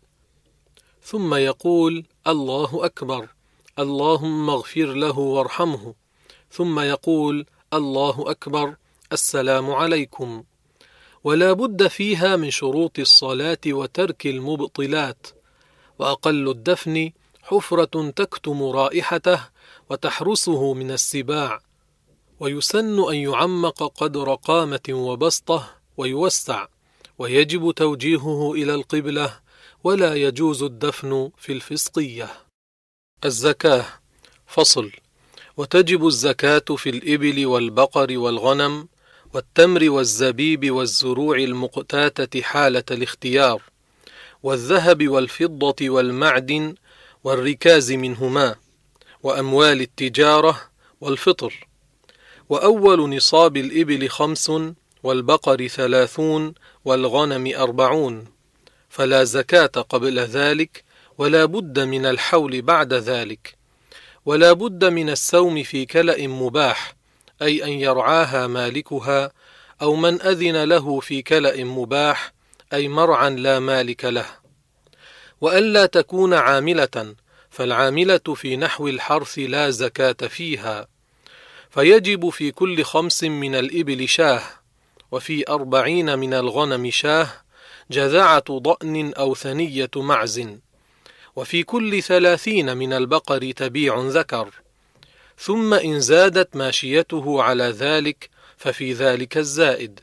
ثم يقول الله أكبر اللهم اغفر له وارحمه، ثم يقول الله أكبر السلام عليكم. ولا بد فيها من شروط الصلاة وترك المبطلات. وأقل الدفن حفرة تكتم رائحته وتحرسه من السباع، ويسن أن يعمق قدر قامة وبسطة ويوسع، ويجب توجيهه إلى القبلة، ولا يجوز الدفن في الفسقية. الزكاة. فصل: وتجب الزكاة في الإبل والبقر والغنم والتمر والزبيب والزروع المقتاتة حالة الاختيار، والذهب والفضة والمعدن والركاز منهما، وأموال التجارة والفطر. وأول نصاب الإبل خمس، والبقر ثلاثون، والغنم أربعون، فلا زكاة قبل ذلك، ولا بد من الحول بعد ذلك. ولا بد من السوم في كلأ مباح، أي أن يرعاها مالكها، أو من أذن له في كلأ مباح، أي مرعا لا مالك له. وألا تكون عاملة، فالعاملة في نحو الحرث لا زكاة فيها. فيجب في كل خمس من الإبل شاه، وفي أربعين من الغنم شاه، جذعة ضأن أو ثنية معز، وفي كل ثلاثين من البقر تبيع ذكر. ثم إن زادت ماشيته على ذلك ففي ذلك الزائد.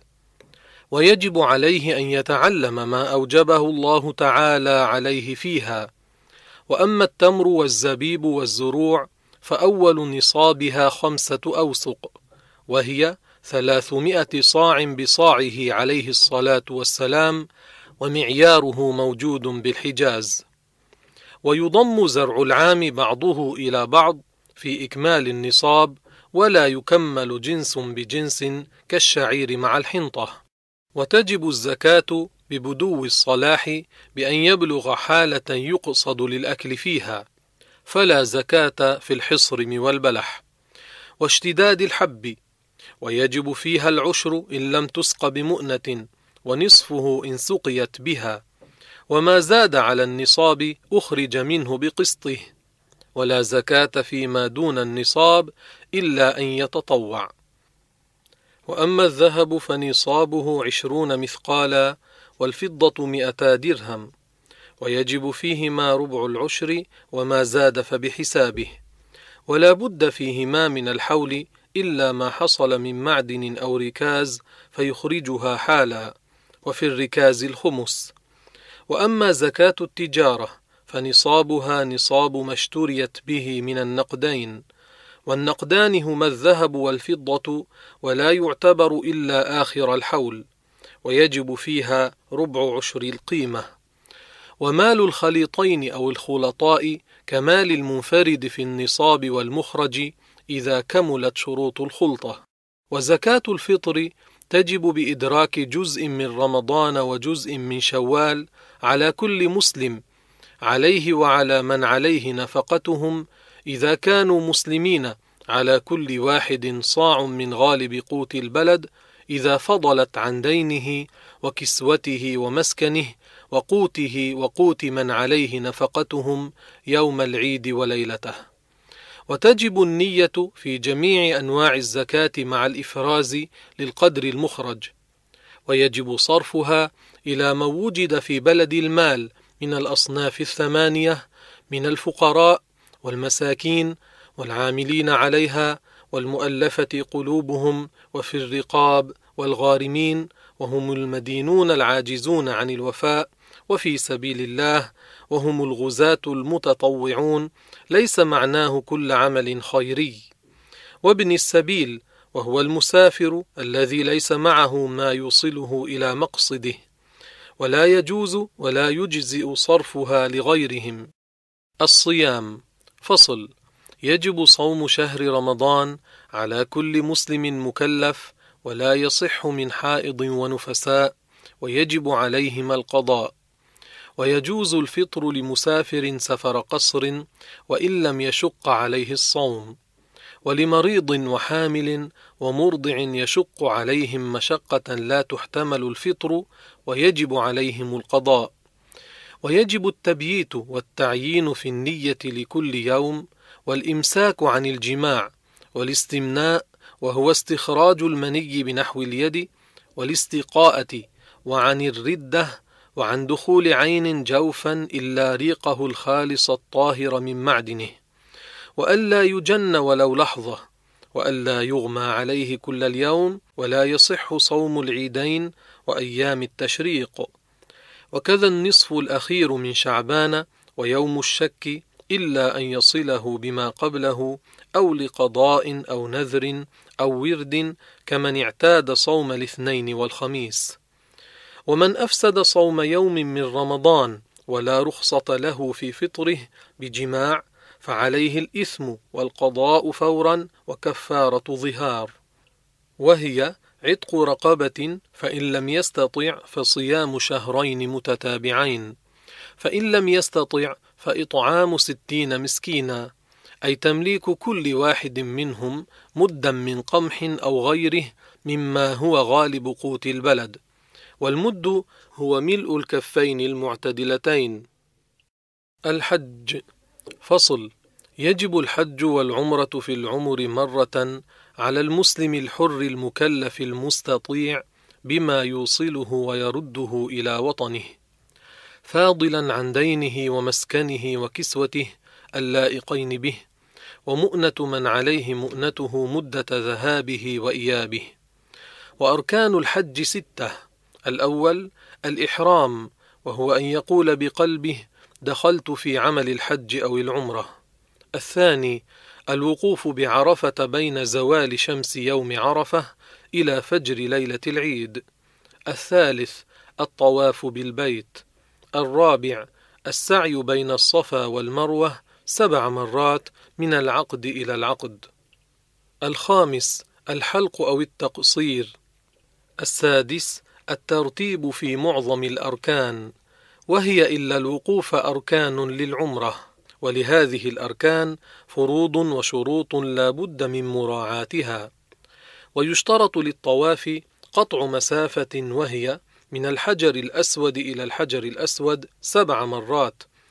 ويجب عليه أن يتعلم ما أوجبه الله تعالى عليه فيها. وأما التمر والزبيب والزروع فأول نصابها خمسة أوسق، وهي ثلاثمائة صاع بصاعه عليه الصلاة والسلام، ومعياره موجود بالحجاز. ويضم زرع العام بعضه إلى بعض في إكمال النصاب، ولا يكمل جنس بجنس كالشعير مع الحنطة. وتجب الزكاة ببدو الصلاح بأن يبلغ حالة يقصد للأكل فيها، فلا زكاة في الحصرم والبلح واشتداد الحب. ويجب فيها العشر إن لم تسق بمؤنة، ونصفه إن سقيت بها. وما زاد على النصاب أخرج منه بقسطه. ولا زكاة فيما دون النصاب إلا أن يتطوع. وأما الذهب فنصابه عشرون مثقالا، والفضة مئتا درهم، ويجب فيهما ربع العشر، وما زاد فبحسابه. ولا بد فيهما من الحول إلا ما حصل من معدن أو ركاز فيخرجها حالا، وفي الركاز الخمس. وأما زكاة التجارة فنصابها نصاب ما اشتريت به من النقدين، والنقدان هما الذهب والفضة، ولا يعتبر إلا آخر الحول، ويجب فيها ربع عشر القيمة. ومال الخليطين أو الخلطاء كمال المنفرد في النصاب والمخرج إذا كملت شروط الخلطة. وزكاة الفطر تجب بإدراك جزء من رمضان وجزء من شوال على كل مسلم، عليه وعلى من عليه نفقتهم، إذا كانوا مسلمين على كل واحد صاع من غالب قوت البلد، إذا فضلت عن دينه وكسوته ومسكنه وقوته وقوت من عليه نفقتهم يوم العيد وليلته. وتجب النية في جميع أنواع الزكاة مع الإفراز للقدر المخرج، ويجب صرفها إلى ما وجد في بلد المال من الأصناف الثمانية من الفقراء والمساكين والعاملين عليها والمؤلفة قلوبهم، وفي الرقاب والغارمين، وهم المدينون العاجزون عن الوفاء، وفي سبيل الله، وهم الغزاة المتطوعون، ليس معناه كل عمل خيري. وابن السبيل، وهو المسافر الذي ليس معه ما يوصله إلى مقصده، ولا يجوز ولا يجزئ صرفها لغيرهم. الصيام. فصل. يجب صوم شهر رمضان على كل مسلم مكلف، ولا يصح من حائض ونفساء، ويجب عليهما القضاء. ويجوز الفطر لمسافر سفر قصر وإن لم يشق عليه الصوم، ولمريض وحامل ومرضع يشق عليهم مشقة لا تحتمل الفطر، ويجب عليهم القضاء. ويجب التبييت والتعيين في النية لكل يوم، والإمساك عن الجماع، والاستمناء وهو استخراج المني بنحو اليد، والاستقاءة، وعن الردة، وعن دخول عين جوفا إلا ريقه الخالص الطاهر من معدنه، وألا يجن ولو لحظة، وألا يغمى عليه كل اليوم، ولا يصح صوم العيدين وأيام التشريق. وكذا النصف الأخير من شعبان ويوم الشك، إلا أن يصله بما قبله، أو لقضاء أو نذر أو ورد، كمن اعتاد صوم الاثنين والخميس. ومن أفسد صوم يوم من رمضان ولا رخصة له في فطره بجماع، فعليه الإثم والقضاء فورا وكفارة ظهار، وهي عتق رقبة، فإن لم يستطع فصيام شهرين متتابعين، فإن لم يستطع فإطعام ستين مسكينا، أي تمليك كل واحد منهم مدا من قمح أو غيره مما هو غالب قوت البلد، والمد هو ملء الكفين المعتدلتين. الحج. فصل. يجب الحج والعمرة في العمر مرة على المسلم الحر المكلف المستطيع بما يوصله ويرده إلى وطنه، فاضلا عن دينه ومسكنه وكسوته اللائقين به، ومؤنة من عليه مؤنته مدة ذهابه وإيابه. وأركان الحج ستة: الأول الإحرام، وهو أن يقول بقلبه دخلت في عمل الحج أو العمرة. الثاني الوقوف بعرفة بين زوال شمس يوم عرفة إلى فجر ليلة العيد. الثالث الطواف بالبيت. الرابع السعي بين الصفا والمروة سبع مرات من العقد إلى العقد. الخامس الحلق أو التقصير. السادس الترتيب في معظم الأركان، وهي إلا الوقوف أركان للعمرة، ولهذه الأركان فروض وشروط لا بد من مراعاتها. ويشترط للطواف قطع مسافة، وهي من الحجر الأسود إلى الحجر الأسود سبع مرات،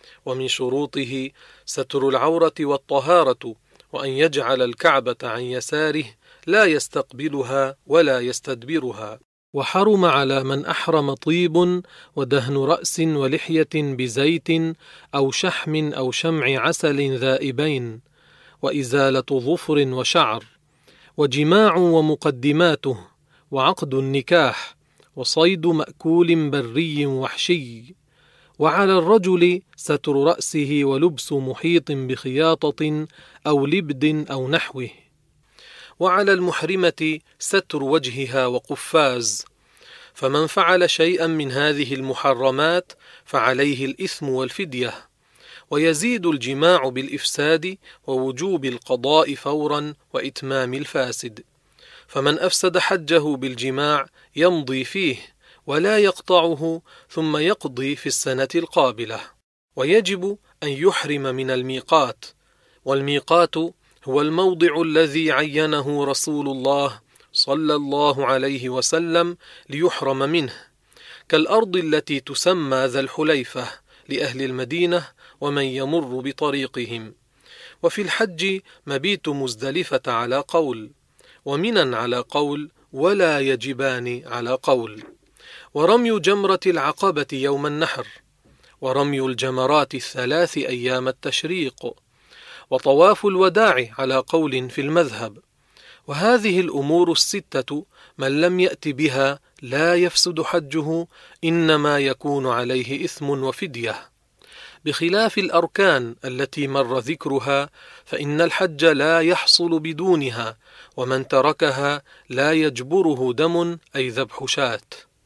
ومن شروطه ستر العورة والطهارة، وأن يجعل الكعبة عن يساره لا يستقبلها ولا يستدبرها. وحرم على من أحرم طيب ودهن رأس ولحية بزيت أو شحم أو شمع عسل ذائبين، وإزالة ظفر وشعر، وجماع ومقدماته، وعقد النكاح، وصيد مأكول بري وحشي. وعلى الرجل ستر رأسه ولبس محيط بخياطة أو لبد أو نحوه. وعلى المحرمة ستر وجهها وقفاز. فمن فعل شيئا من هذه المحرمات فعليه الإثم والفدية، ويزيد الجماع بالإفساد ووجوب القضاء فورا وإتمام الفاسد. فمن أفسد حجه بالجماع يمضي فيه ولا يقطعه، ثم يقضي في السنة القابلة. ويجب أن يحرم من الميقات، والميقات هو الموضع الذي عينه رسول الله صلى الله عليه وسلم ليحرم منه، كالأرض التي تسمى ذا الحليفة لأهل المدينة ومن يمر بطريقهم. وفي الحج مبيت مزدلفة على قول، ومنا على قول، ولا يجبان على قول. ورمي جمرة العقبة يوم النحر، ورمي الجمرات الثلاث أيام التشريق، وطواف الوداع على قول في المذهب. وهذه الأمور الستة من لم يأت بها لا يفسد حجه، إنما يكون عليه إثم وفدية، بخلاف الأركان التي مر ذكرها، فإن الحج لا يحصل بدونها، ومن تركها لا يجبره دم أي ذبح شاة.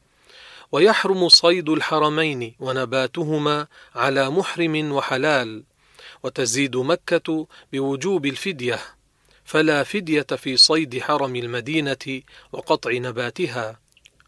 ويحرم صيد الحرمين ونباتهما على محرم وحلال، وتزيد مكة بوجوب الفدية، فلا فدية في صيد حرم المدينة وقطع نباتها.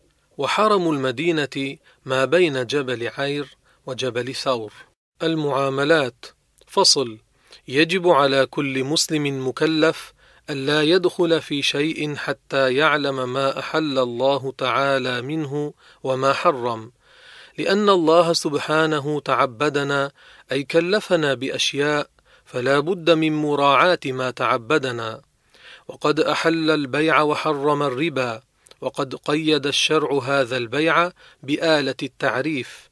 وحرم المدينة ما بين جبل عير وجبل ثور. المعاملات. فصل. يجب على كل مسلم مكلف ألا يدخل في شيء حتى يعلم ما أحل الله تعالى منه وما حرم، لأن الله سبحانه تعبدنا أي كلفنا بأشياء، فلا بد من مراعاة ما تعبدنا. وقد أحل البيع وحرم الربا، وقد قيد الشرع هذا البيع بآلة التعريف،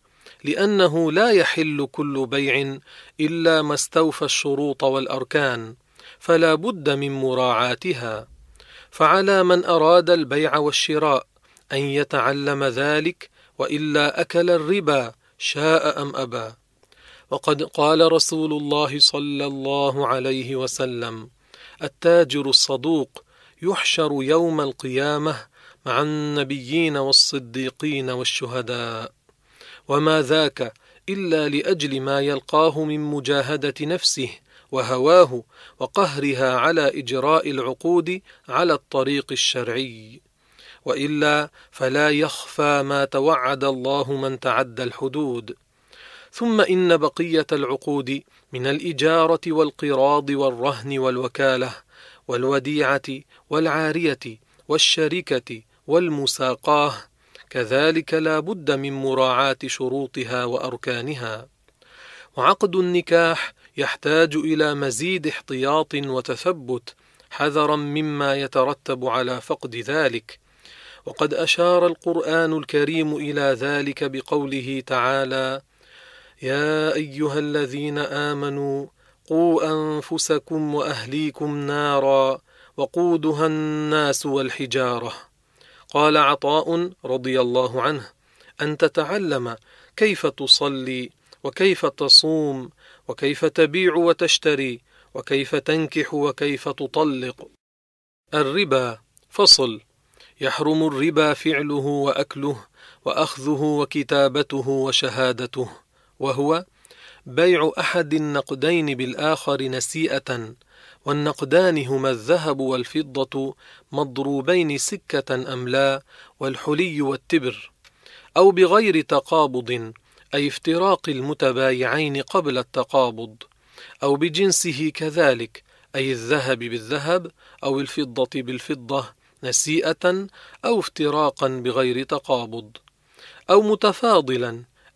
لأنه لا يحل كل بيع إلا ما استوفى الشروط والأركان، فلا بد من مراعاتها. فعلى من أراد البيع والشراء أن يتعلم ذلك، وإلا أكل الربا شاء أم أبى. وقد قال رسول الله صلى الله عليه وسلم: التاجر الصدوق يحشر يوم القيامة مع النبيين والصديقين والشهداء. وما ذاك إلا لأجل ما يلقاه من مجاهدة نفسه وهواه وقهرها على إجراء العقود على الطريق الشرعي، وإلا فلا يخفى ما توعد الله من تعدى الحدود. ثم إن بقية العقود من الإجارة والقراض والرهن والوكالة والوديعة والعارية والشركة والمساقاه كذلك لا بد من مراعاة شروطها وأركانها. وعقد النكاح يحتاج إلى مزيد احتياط وتثبت حذرا مما يترتب على فقد ذلك. وقد أشار القرآن الكريم إلى ذلك بقوله تعالى: يا أيها الذين آمنوا قوا أنفسكم وأهليكم نارا وقودها الناس والحجارة. قال عطاء رضي الله عنه: أن تتعلم كيف تصلي وكيف تصوم وكيف تبيع وتشتري وكيف تنكح وكيف تطلق. الربا. فصل. يحرم الربا فعله وأكله وأخذه وكتابته وشهادته، وهو بيع أحد النقدين بالآخر نسيئة، والنقدان هما الذهب والفضة مضروبين سكة أم لا، والحلي والتبر، أو بغير تقابض أي افتراق المتبايعين قبل التقابض، أو بجنسه كذلك أي الذهب بالذهب أو الفضة بالفضة نسيئة أو افتراقا بغير تقابض، أو متفاضلا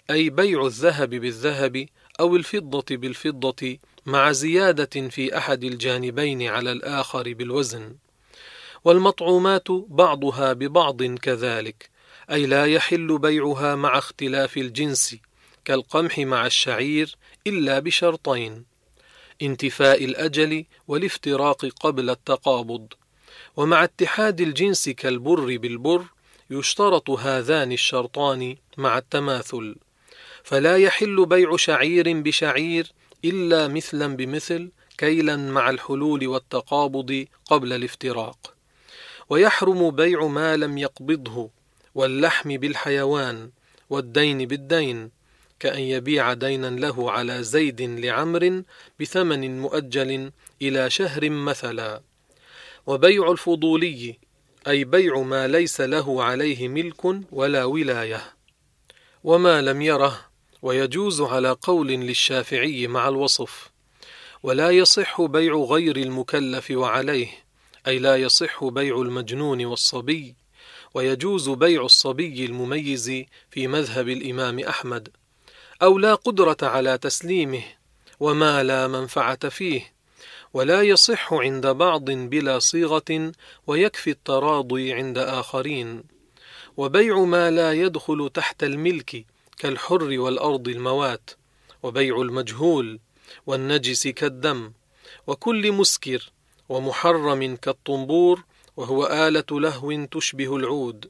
أي بيع الذهب بالذهب أو الفضة بالفضة مع زيادة في أحد الجانبين على الآخر بالوزن. والمطعومات بعضها ببعض كذلك، أي لا يحل بيعها مع اختلاف الجنس كالقمح مع الشعير إلا بشرطين: انتفاء الأجل والافتراق قبل التقابض. ومع اتحاد الجنس كالبر بالبر يشترط هذان الشرطان مع التماثل، فلا يحل بيع شعير بشعير إلا مثلا بمثل كيلا مع الحلول والتقابض قبل الافتراق. ويحرم بيع ما لم يقبضه، واللحم بالحيوان، والدين بالدين، كأن يبيع دينا له على زيد لعمر بثمن مؤجل إلى شهر مثلا. وبيع الفضولي أي بيع ما ليس له عليه ملك ولا ولاية. وما لم يره، ويجوز على قول للشافعي مع الوصف. ولا يصح بيع غير المكلف وعليه، أي لا يصح بيع المجنون والصبي، ويجوز بيع الصبي المميز في مذهب الإمام أحمد، أو لا قدرة على تسليمه، وما لا منفعة فيه. ولا يصح عند بعض بلا صيغة، ويكفي التراضي عند آخرين. وبيع ما لا يدخل تحت الملك كالحر والأرض الموات، وبيع المجهول والنجس كالدم، وكل مسكر، ومحرم كالطنبور وهو آلة لهو تشبه العود.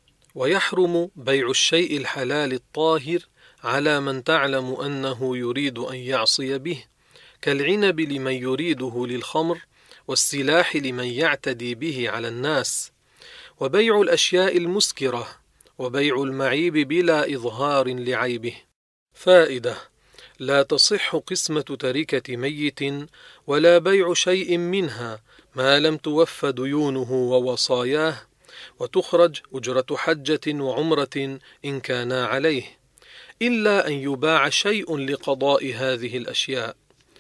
ويحرم بيع الشيء الحلال الطاهر على من تعلم أنه يريد أن يعصي به، كالعنب لمن يريده للخمر، والسلاح لمن يعتدي به على الناس. وبيع الأشياء المسكرة، وبيع المعيب بلا إظهار لعيبه. فائدة: لا تصح قسمة تركة ميت ولا بيع شيء منها ما لم توف ديونه ووصاياه، وتخرج أجرة حجة وعمرة إن كانا عليه، إلا أن يباع شيء لقضاء هذه الأشياء،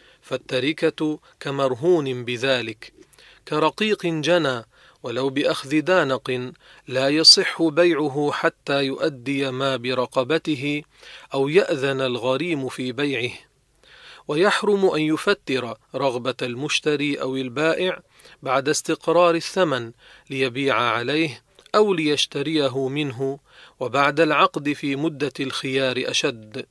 فالتركة كمرهون بذلك، كرقيق جنى ولو بأخذ دانق لا يصح بيعه حتى يؤدي ما برقبته أو يأذن الغريم في بيعه. ويحرم أن يفتر رغبة المشتري أو البائع بعد استقرار الثمن ليبيع عليه أو ليشتريه منه، وبعد العقد في مدة الخيار أشد.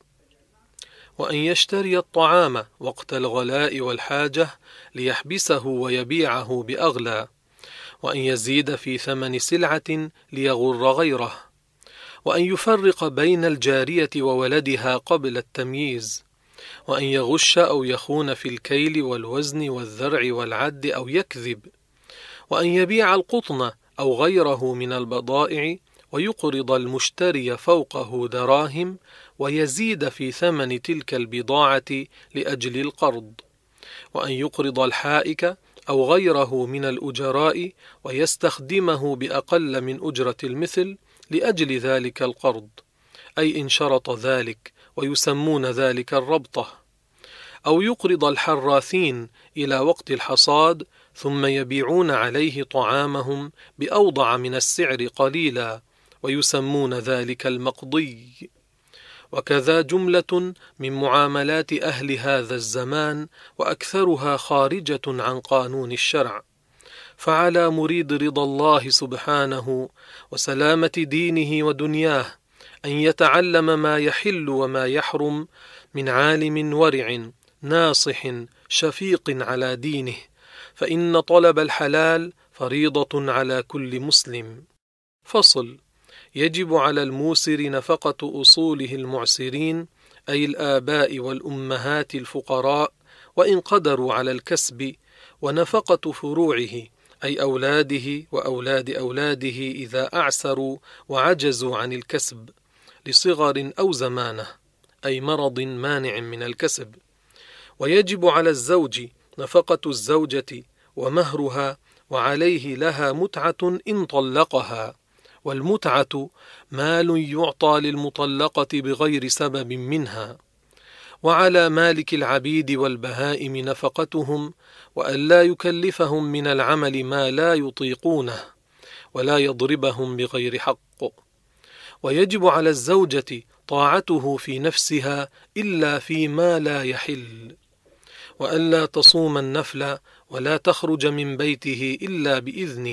وأن يشتري الطعام وقت الغلاء والحاجة ليحبسه ويبيعه بأغلى، وأن يزيد في ثمن سلعة ليغر غيره، وأن يفرق بين الجارية وولدها قبل التمييز، وأن يغش أو يخون في الكيل والوزن والذرع والعد أو يكذب، وأن يبيع القطن أو غيره من البضائع ويقرض المشتري فوقه دراهم ويزيد في ثمن تلك البضاعة لأجل القرض، وأن يقرض الحائك أو غيره من الأجراء ويستخدمه بأقل من أجرة المثل لأجل ذلك القرض، أي إن شرط ذلك، ويسمون ذلك الربطة. أو يقرض الحراثين إلى وقت الحصاد ثم يبيعون عليه طعامهم بأوضع من السعر قليلا، ويسمون ذلك المقضي. وكذا جملة من معاملات أهل هذا الزمان، وأكثرها خارجة عن قانون الشرع. فعلى مريد رضا الله سبحانه وسلامة دينه ودنياه أن يتعلم ما يحل وما يحرم من عالم ورع ناصح شفيق على دينه، فإن طلب الحلال فريضة على كل مسلم. فصل: يجب على الموسر نفقة أصوله المعسرين، أي الآباء والأمهات الفقراء وإن قدروا على الكسب، ونفقة فروعه، أي أولاده وأولاد أولاده إذا أعسروا وعجزوا عن الكسب لصغر أو زمانة، أي مرض مانع من الكسب. ويجب على الزوج نفقة الزوجة ومهرها، وعليه لها متعة إن طلقها، والمتعة مال يعطى للمطلقة بغير سبب منها. وعلى مالك العبيد والبهائم نفقتهم، وألا يكلفهم من العمل ما لا يطيقونه، ولا يضربهم بغير حق. ويجب على الزوجة طاعته في نفسها إلا فيما لا يحل، وألا تصوم النفل ولا تخرج من بيته إلا بإذنه.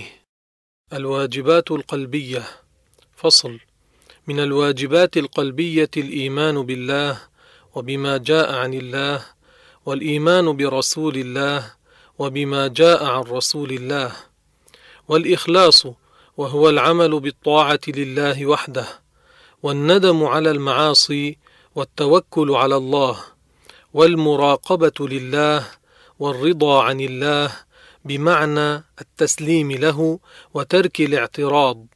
الواجبات القلبية. فصل. من الواجبات القلبية الإيمان بالله وبما جاء عن الله، والإيمان برسول الله وبما جاء عن رسول الله، والإخلاص وهو العمل بالطاعة لله وحده، والندم على المعاصي، والتوكل على الله، والمراقبة لله، والرضا عن الله بمعنى التسليم له وترك الاعتراض،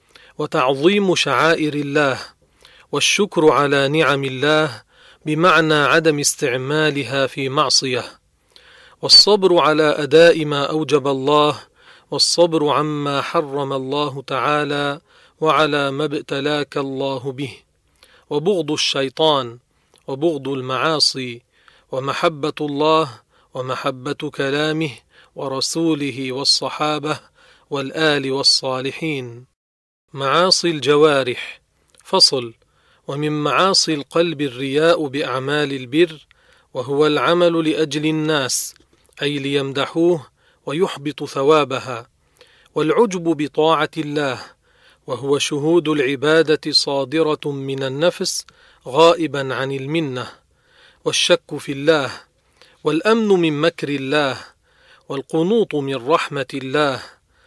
وتعظيم شعائر الله، والشكر على نعم الله بمعنى عدم استعمالها في معصية، والصبر على أداء ما أوجب الله، والصبر عما حرم الله تعالى، وعلى ما ابتلاك الله به، وبغض الشيطان، وبغض المعاصي، ومحبة الله، ومحبة كلامه ورسوله والصحابة والآل والصالحين. معاصي الجوارح. فصل. ومن معاصي القلب الرياء بأعمال البر، وهو العمل لأجل الناس، أي ليمدحوه ويحبط ثوابها، والعجب بطاعة الله، وهو شهود العبادة صادرة من النفس غائبا عن المنة، والشك في الله، والأمن من مكر الله، والقنوط من رحمة الله،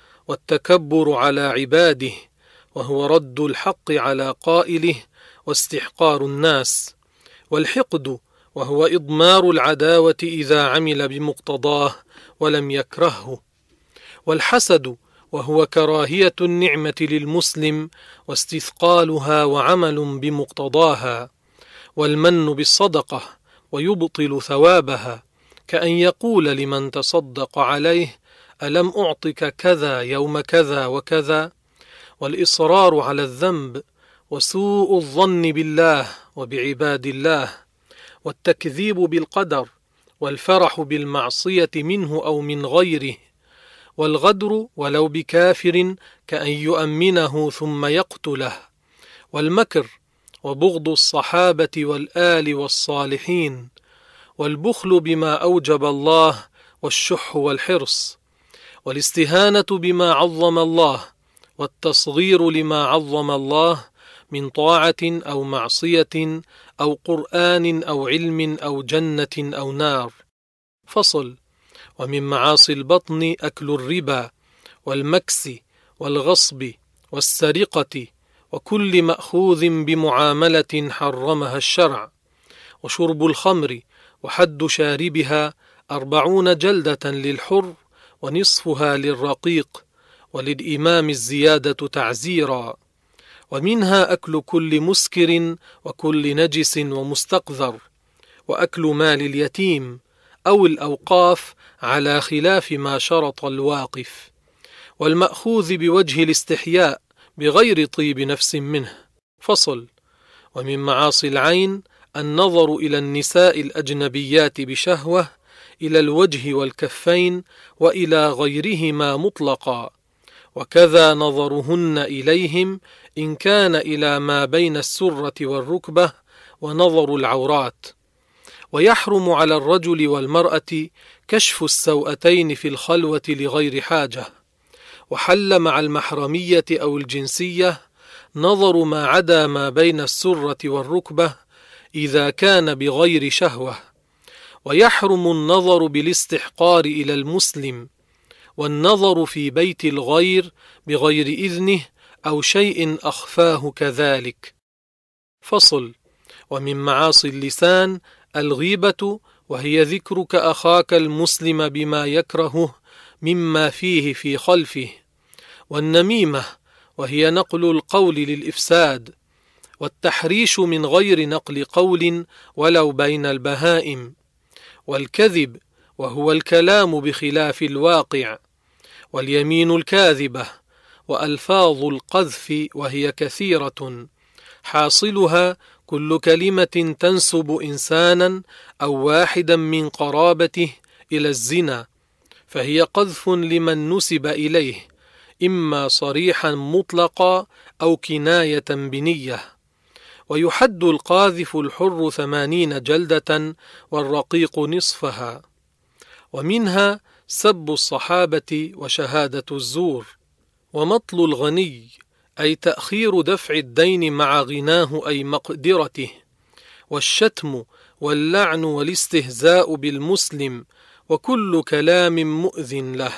والتكبر على عباده، وهو رد الحق على قائله واستحقار الناس، والحقد وهو إضمار العداوة إذا عمل بمقتضاه ولم يكرهه، والحسد وهو كراهية النعمة للمسلم واستثقالها وعمل بمقتضاها، والمن بالصدقة ويبطل ثوابها، كأن يقول لمن تصدق عليه: ألم أعطك كذا يوم كذا وكذا، والإصرار على الذنب، وسوء الظن بالله وبعباد الله، والتكذيب بالقدر، والفرح بالمعصية منه أو من غيره، والغدر ولو بكافر كأن يؤمنه ثم يقتله، والمكر، وبغض الصحابة والآل والصالحين، والبخل بما أوجب الله، والشح والحرص، والاستهانة بما عظم الله، والتصغير لما عظم الله من طاعة أو معصية أو قرآن أو علم أو جنة أو نار. فصل. ومن معاصي البطن أكل الربا، والمكس، والغصب، والسرقة، وكل مأخوذ بمعاملة حرمها الشرع، وشرب الخمر، وحد شاربها أربعون جلدة للحر، ونصفها للرقيق، وللإمام الزيادة تعزيرا. ومنها أكل كل مسكر، وكل نجس ومستقذر، وأكل مال اليتيم أو الأوقاف على خلاف ما شرط الواقف، والمأخوذ بوجه الاستحياء بغير طيب نفس منه. فصل. ومن معاصي العين النظر إلى النساء الأجنبيات بشهوة، إلى الوجه والكفين وإلى غيرهما مطلقا، وكذا نظرهن إليهم إن كان إلى ما بين السرة والركبة، ونظر العورات. ويحرم على الرجل والمرأة كشف السوأتين في الخلوة لغير حاجة، وحل مع المحرمية أو الجنسية نظر ما عدا ما بين السرة والركبة إذا كان بغير شهوة. ويحرم النظر بالاستحقار إلى المسلم، والنظر في بيت الغير بغير إذنه أو شيء أخفاه كذلك. فصل. ومن معاصي اللسان الغيبة، وهي ذكرك أخاك المسلم بما يكرهه مما فيه في خلفه، والنميمة، وهي نقل القول للإفساد، والتحريش من غير نقل قول ولو بين البهائم، والكذب، وهو الكلام بخلاف الواقع، واليمين الكاذبة، وألفاظ القذف، وهي كثيرة، حاصلها كل كلمة تنسب إنسانا أو واحدا من قرابته إلى الزنا، فهي قذف لمن نسب إليه، إما صريحا مطلقا أو كناية بنية. ويحد القاذف الحر ثمانين جلدة والرقيق نصفها. ومنها سب الصحابة وشهادة الزور. ومطل الغني أي تأخير دفع الدين مع غناه أي مقدرته. والشتم واللعن والاستهزاء بالمسلم وكل كلام مؤذن له.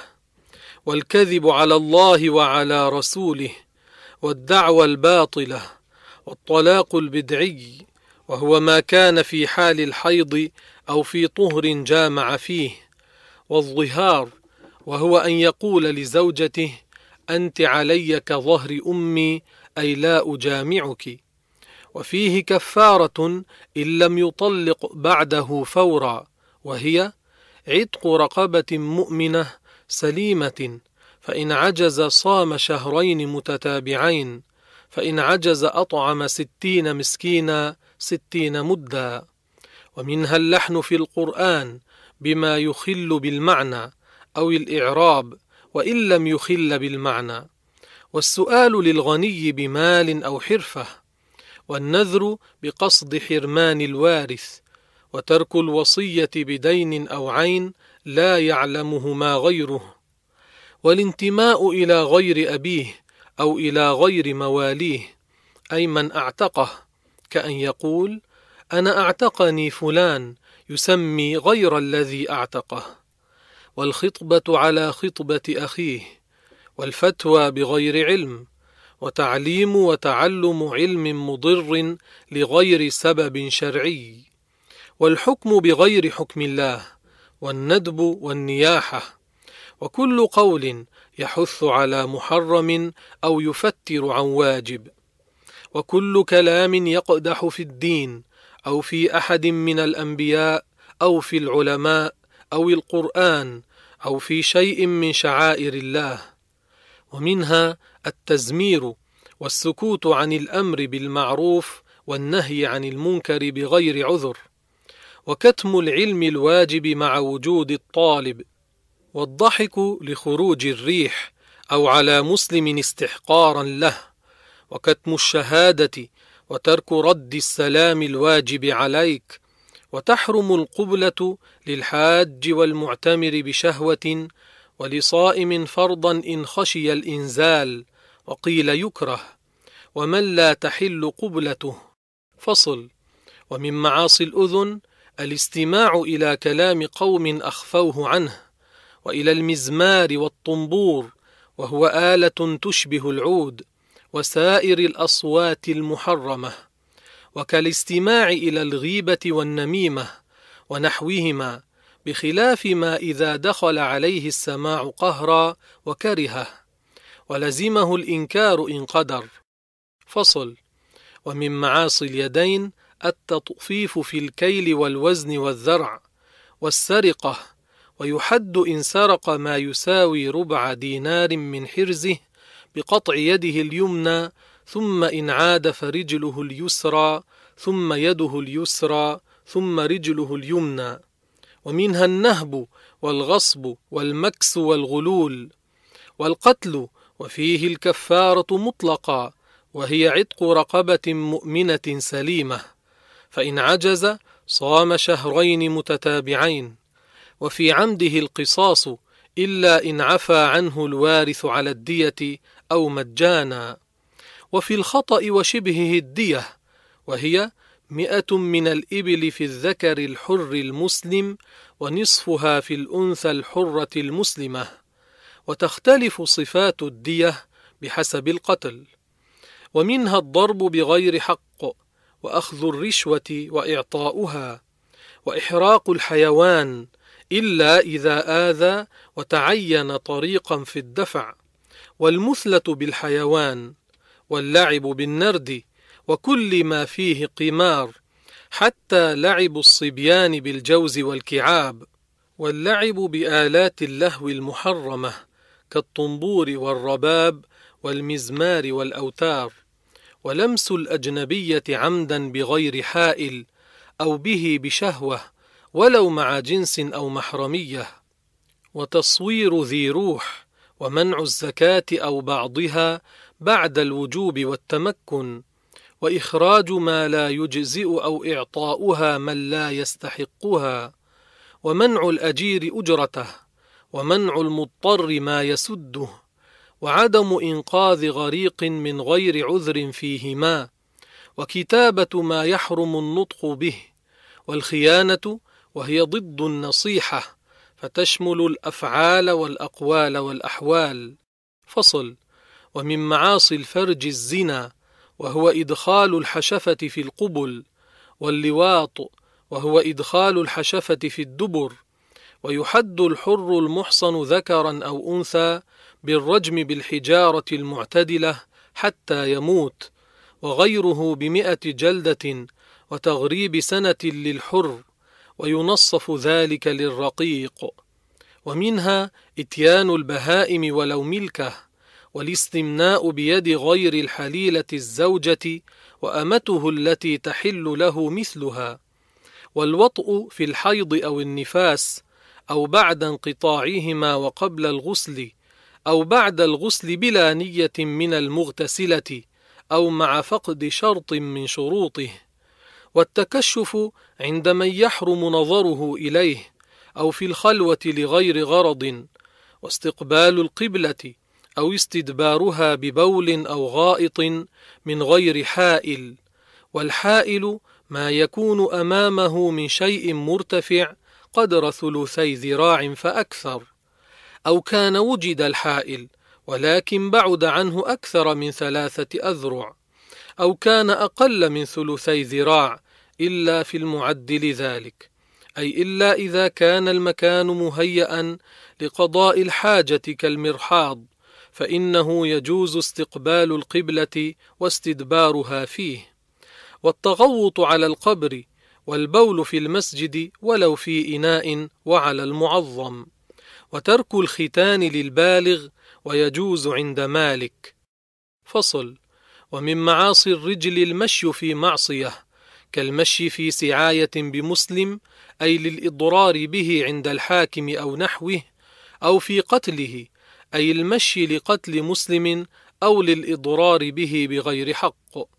والكذب على الله وعلى رسوله. والدعوى الباطلة. والطلاق البدعي وهو ما كان في حال الحيض أو في طهر جامع فيه. والظهار وهو أن يقول لزوجته أنت علي كظهر أمي أي لا أجامعك. وفيه كفارة إن لم يطلق بعده فورا، وهي عتق رقبة مؤمنة سليمة، فإن عجز صام شهرين متتابعين، فإن عجز أطعم ستين مسكينا ستين مدا. ومنها اللحن في القرآن بما يخل بالمعنى أو الإعراب وإن لم يخل بالمعنى. والسؤال للغني بمال أو حرفة. والنذر بقصد حرمان الوارث. وترك الوصية بدين أو عين لا يعلمهما غيره. والانتماء إلى غير أبيه أو إلى غير مواليه أي من أعتقه، كأن يقول أنا أعتقني فلان يسمي غير الذي أعتقه. والخطبة على خطبة أخيه. والفتوى بغير علم. وتعليم وتعلم علم مضر لغير سبب شرعي. والحكم بغير حكم الله. والندب والنياحة. وكل قول يحث على محرم أو يفتر عن واجب. وكل كلام يقدح في الدين أو في أحد من الأنبياء أو في العلماء أو القرآن أو في شيء من شعائر الله. ومنها التزمير والسكوت عن الأمر بالمعروف والنهي عن المنكر بغير عذر. وكتم العلم الواجب مع وجود الطالب. والضحك لخروج الريح أو على مسلم استحقارا له. وكتم الشهادة. وترك رد السلام الواجب عليك. وتحرم القبلة للحاج والمعتمر بشهوة، ولصائم فرضا إن خشي الإنزال، وقيل يكره. ومن لا تحل قبلته. فصل. ومن معاصي الأذن الاستماع إلى كلام قوم أخفوه عنه، وإلى المزمار والطنبور وهو آلة تشبه العود، وسائر الأصوات المحرمة. وكالاستماع إلى الغيبة والنميمة ونحوهما، بخلاف ما إذا دخل عليه السماع قهرا وكرهه، ولزمه الإنكار إن قدر. فصل. ومن معاصي اليدين التطفيف في الكيل والوزن والذرع. والسرقة، ويحد إن سرق ما يساوي ربع دينار من حرزه بقطع يده اليمنى، ثم إن عاد فرجله اليسرى، ثم يده اليسرى، ثم رجله اليمنى. ومنها النهب والغصب والمكس والغلول. والقتل، وفيه الكفارة مطلقا، وهي عتق رقبة مؤمنة سليمة، فإن عجز صام شهرين متتابعين. وفي عمده القصاص إلا إن عفى عنه الوارث على الدية أو مجانا. وفي الخطأ وشبهه الدية، وهي مئة من الإبل في الذكر الحر المسلم، ونصفها في الأنثى الحرة المسلمة. وتختلف صفات الدية بحسب القتل. ومنها الضرب بغير حق، وأخذ الرشوة وإعطاؤها. وإحراق الحيوان إلا إذا آذى وتعين طريقا في الدفع. والمثلة بالحيوان. واللعب بالنرد وكل ما فيه قمار، حتى لعب الصبيان بالجوز والكعاب. واللعب بآلات اللهو المحرمة كالطنبور والرباب والمزمار والأوتار. ولمس الأجنبية عمدا بغير حائل أو به بشهوة ولو مع جنس أو محرمية. وتصوير ذي روح. ومنع الزكاة أو بعضها بعد الوجوب والتمكن. وإخراج ما لا يجزئ أو إعطاؤها من لا يستحقها، ومنع الأجير أجرته، ومنع المضطر ما يسده، وعدم إنقاذ غريق من غير عذر فيهما، وكتابة ما يحرم النطق به، والخيانة وهي ضد النصيحة، فتشمل الأفعال والأقوال والأحوال. فصل. ومن معاصي الفرج الزنا، وهو إدخال الحشفة في القبل، واللواط، وهو إدخال الحشفة في الدبر، ويحد الحر المحصن ذكرا أو أنثى بالرجم بالحجارة المعتدلة حتى يموت، وغيره بمئة جلدة وتغريب سنة للحر، وينصف ذلك للرقيق. ومنها إتيان البهائم ولو ملكه، والاستمناء بيد غير الحليلة الزوجة وأمته التي تحل له مثلها، والوطء في الحيض أو النفاس، أو بعد انقطاعهما وقبل الغسل، أو بعد الغسل بلا نية من المغتسلة، أو مع فقد شرط من شروطه، والتكشف عند من يحرم نظره إليه، أو في الخلوة لغير غرض، واستقبال القبلة أو استدبارها ببول أو غائط من غير حائل. والحائل ما يكون أمامه من شيء مرتفع قدر ثلثي ذراع فأكثر، أو كان وجد الحائل ولكن بعد عنه أكثر من ثلاثة أذرع، أو كان أقل من ثلثي ذراع إلا في المعدل ذلك، أي إلا إذا كان المكان مهيئا لقضاء الحاجة كالمرحاض، فإنه يجوز استقبال القبلة واستدبارها فيه. والتغوط على القبر، والبول في المسجد ولو في إناء وعلى المعظم، وترك الختان للبالغ، ويجوز عند مالك. فصل. ومن معاصي الرجل المشي في معصية، كالمشي في سعاية بمسلم، أي للإضرار به عند الحاكم أو نحوه، أو في قتله، أي المشي لقتل مسلم أو للإضرار به بغير حق.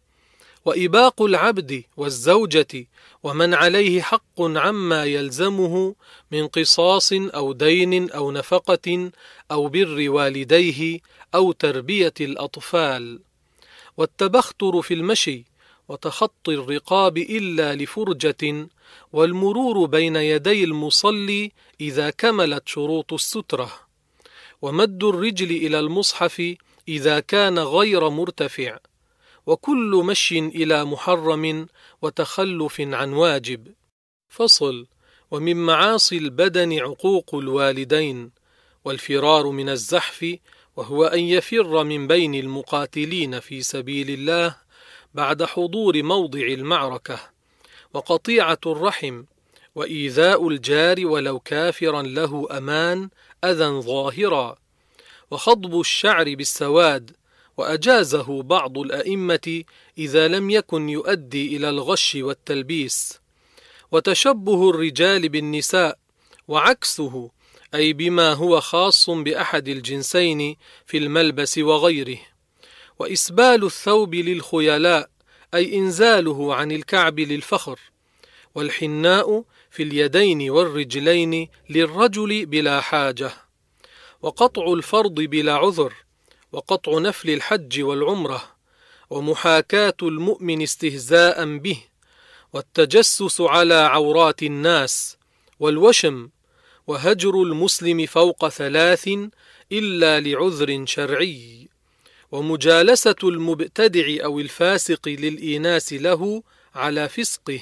وإباق العبد والزوجة ومن عليه حق عما يلزمه من قصاص أو دين أو نفقة أو بر والديه أو تربية الأطفال. والتبختر في المشي، وتخطي الرقاب إلا لفرجة، والمرور بين يدي المصلي إذا كملت شروط السترة، ومد الرجل إلى المصحف إذا كان غير مرتفع، وكل مشي إلى محرم وتخلف عن واجب. فصل. ومن معاصي البدن عقوق الوالدين، والفرار من الزحف، وهو أن يفر من بين المقاتلين في سبيل الله بعد حضور موضع المعركة، وقطيعة الرحم، وإيذاء الجار ولو كافرا له أمان أذى ظاهرا، وخضب الشعر بالسواد، وأجازه بعض الأئمة إذا لم يكن يؤدي إلى الغش والتلبيس. وتشبه الرجال بالنساء، وعكسه، أي بما هو خاص بأحد الجنسين في الملبس وغيره. وإسبال الثوب للخيلاء، أي إنزاله عن الكعب للفخر. والحناء في اليدين والرجلين للرجل بلا حاجة. وقطع الفرض بلا عذر، وقطع نفل الحج والعمرة، ومحاكاة المؤمن استهزاء به، والتجسس على عورات الناس، والوشم، وهجر المسلم فوق ثلاث إلا لعذر شرعي، ومجالسة المبتدع أو الفاسق للإيناس له على فسقه،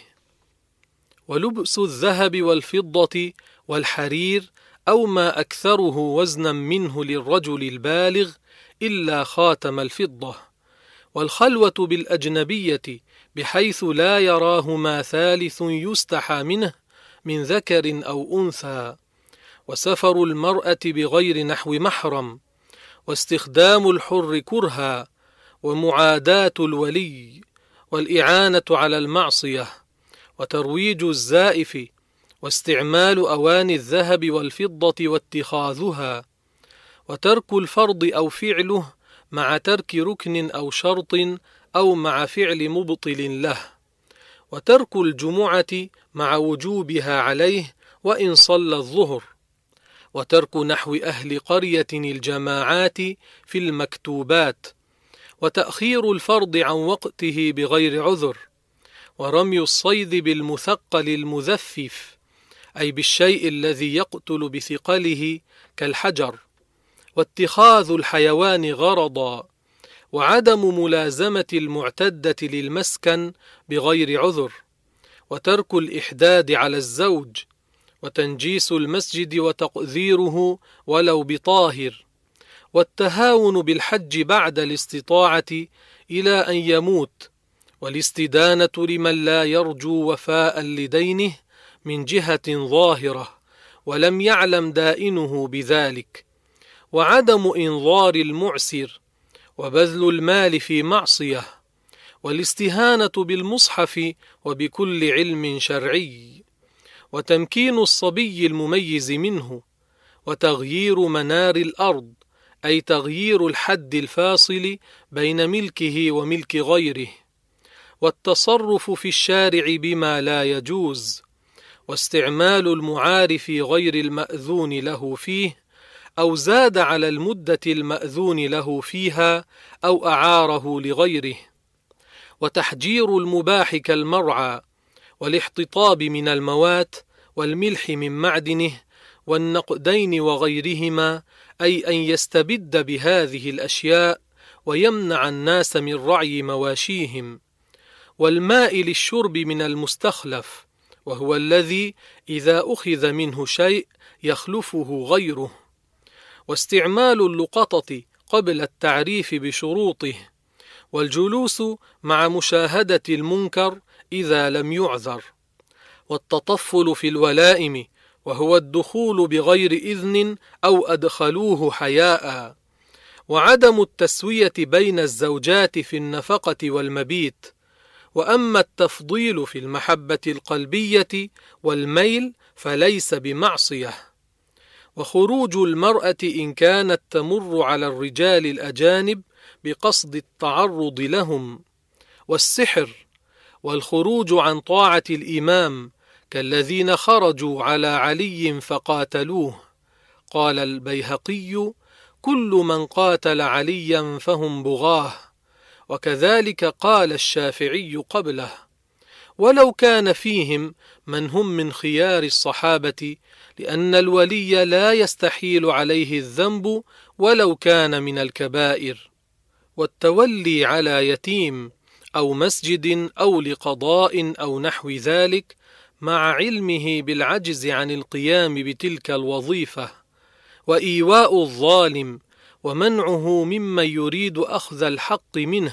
ولبس الذهب والفضة والحرير أو ما أكثره وزنا منه للرجل البالغ إلا خاتم الفضة، والخلوة بالأجنبية بحيث لا يراهما ثالث يستحى منه من ذكر أو أنثى، وسفر المرأة بغير نحو محرم، واستخدام الحر كرها، ومعاداة الولي، والإعانة على المعصية، وترويج الزائف، واستعمال أواني الذهب والفضة واتخاذها، وترك الفرض أو فعله مع ترك ركن أو شرط أو مع فعل مبطل له، وترك الجمعة مع وجوبها عليه وإن صلى الظهر، وترك نحو أهل قرية الجماعات في المكتوبات، وتأخير الفرض عن وقته بغير عذر، ورمي الصيد بالمثقل المذفف أي بالشيء الذي يقتل بثقله كالحجر، واتخاذ الحيوان غرضا، وعدم ملازمة المعتدة للمسكن بغير عذر، وترك الإحداد على الزوج، وتنجيس المسجد وتقذيره ولو بطاهر، والتهاون بالحج بعد الاستطاعة إلى أن يموت، والاستدانة لمن لا يرجو وفاء لدينه من جهة ظاهرة ولم يعلم دائنه بذلك، وعدم إنظار المعسر، وبذل المال في معصية، والاستهانة بالمصحف وبكل علم شرعي، وتمكين الصبي المميز منه، وتغيير منار الأرض أي تغيير الحد الفاصل بين ملكه وملك غيره، والتصرف في الشارع بما لا يجوز، واستعمال المعارف غير المأذون له فيه، أو زاد على المدة المأذون له فيها أو أعاره لغيره، وتحجير المباح كالمرعى، والاحتطاب من الموات، والملح من معدنه، والنقدين وغيرهما، أي أن يستبد بهذه الأشياء ويمنع الناس من رعي مواشيهم، والماء للشرب من المستخلف، وهو الذي إذا أخذ منه شيء يخلفه غيره، واستعمال اللقطة قبل التعريف بشروطه، والجلوس مع مشاهدة المنكر إذا لم يعذر، والتطفل في الولائم، وهو الدخول بغير إذن أو أدخلوه حياء، وعدم التسوية بين الزوجات في النفقة والمبيت، وأما التفضيل في المحبة القلبية والميل فليس بمعصية، وخروج المرأة إن كانت تمر على الرجال الأجانب بقصد التعرض لهم، والسحر، والخروج عن طاعة الإمام كالذين خرجوا على علي فقاتلوه. قال البيهقي: كل من قاتل عليا فهم بغاه، وكذلك قال الشافعي قبله، ولو كان فيهم من هم من خيار الصحابة، لأن الولي لا يستحيل عليه الذنب ولو كان من الكبائر. والتولي على يتيم أو مسجد أو لقضاء أو نحو ذلك مع علمه بالعجز عن القيام بتلك الوظيفة، وإيواء الظالم، ومنعه ممن يريد أخذ الحق منه،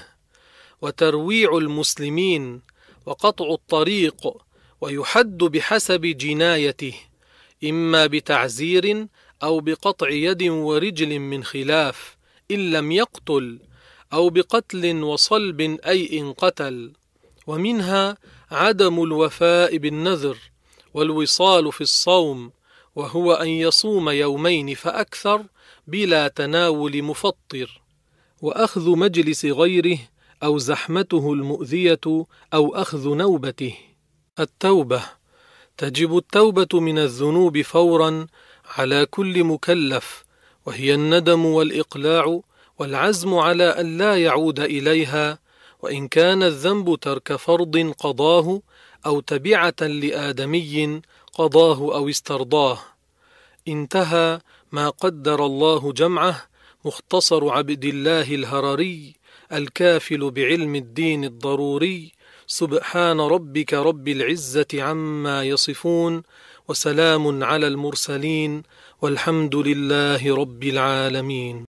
وترويع المسلمين، وقطع الطريق، ويحد بحسب جنايته، إما بتعزير أو بقطع يد ورجل من خلاف إن لم يقتل، أو بقتل وصلب أي إن قتل. ومنها عدم الوفاء بالنذر، والوصال في الصوم، وهو أن يصوم يومين فأكثر بلا تناول مفطر، وأخذ مجلس غيره، أو زحمته المؤذية، أو أخذ نوبته. التوبة: تجب التوبة من الذنوب فورا على كل مكلف، وهي الندم والإقلاع والعزم على أن لا يعود إليها، وإن كان الذنب ترك فرض قضاه، أو تبعة لآدمي قضاه أو استرضاه. انتهى ما قدر الله جمعه. مختصر عبد الله الهرري، الكافل بعلم الدين الضروري. سبحان ربك رب العزة عما يصفون، وسلام على المرسلين، والحمد لله رب العالمين.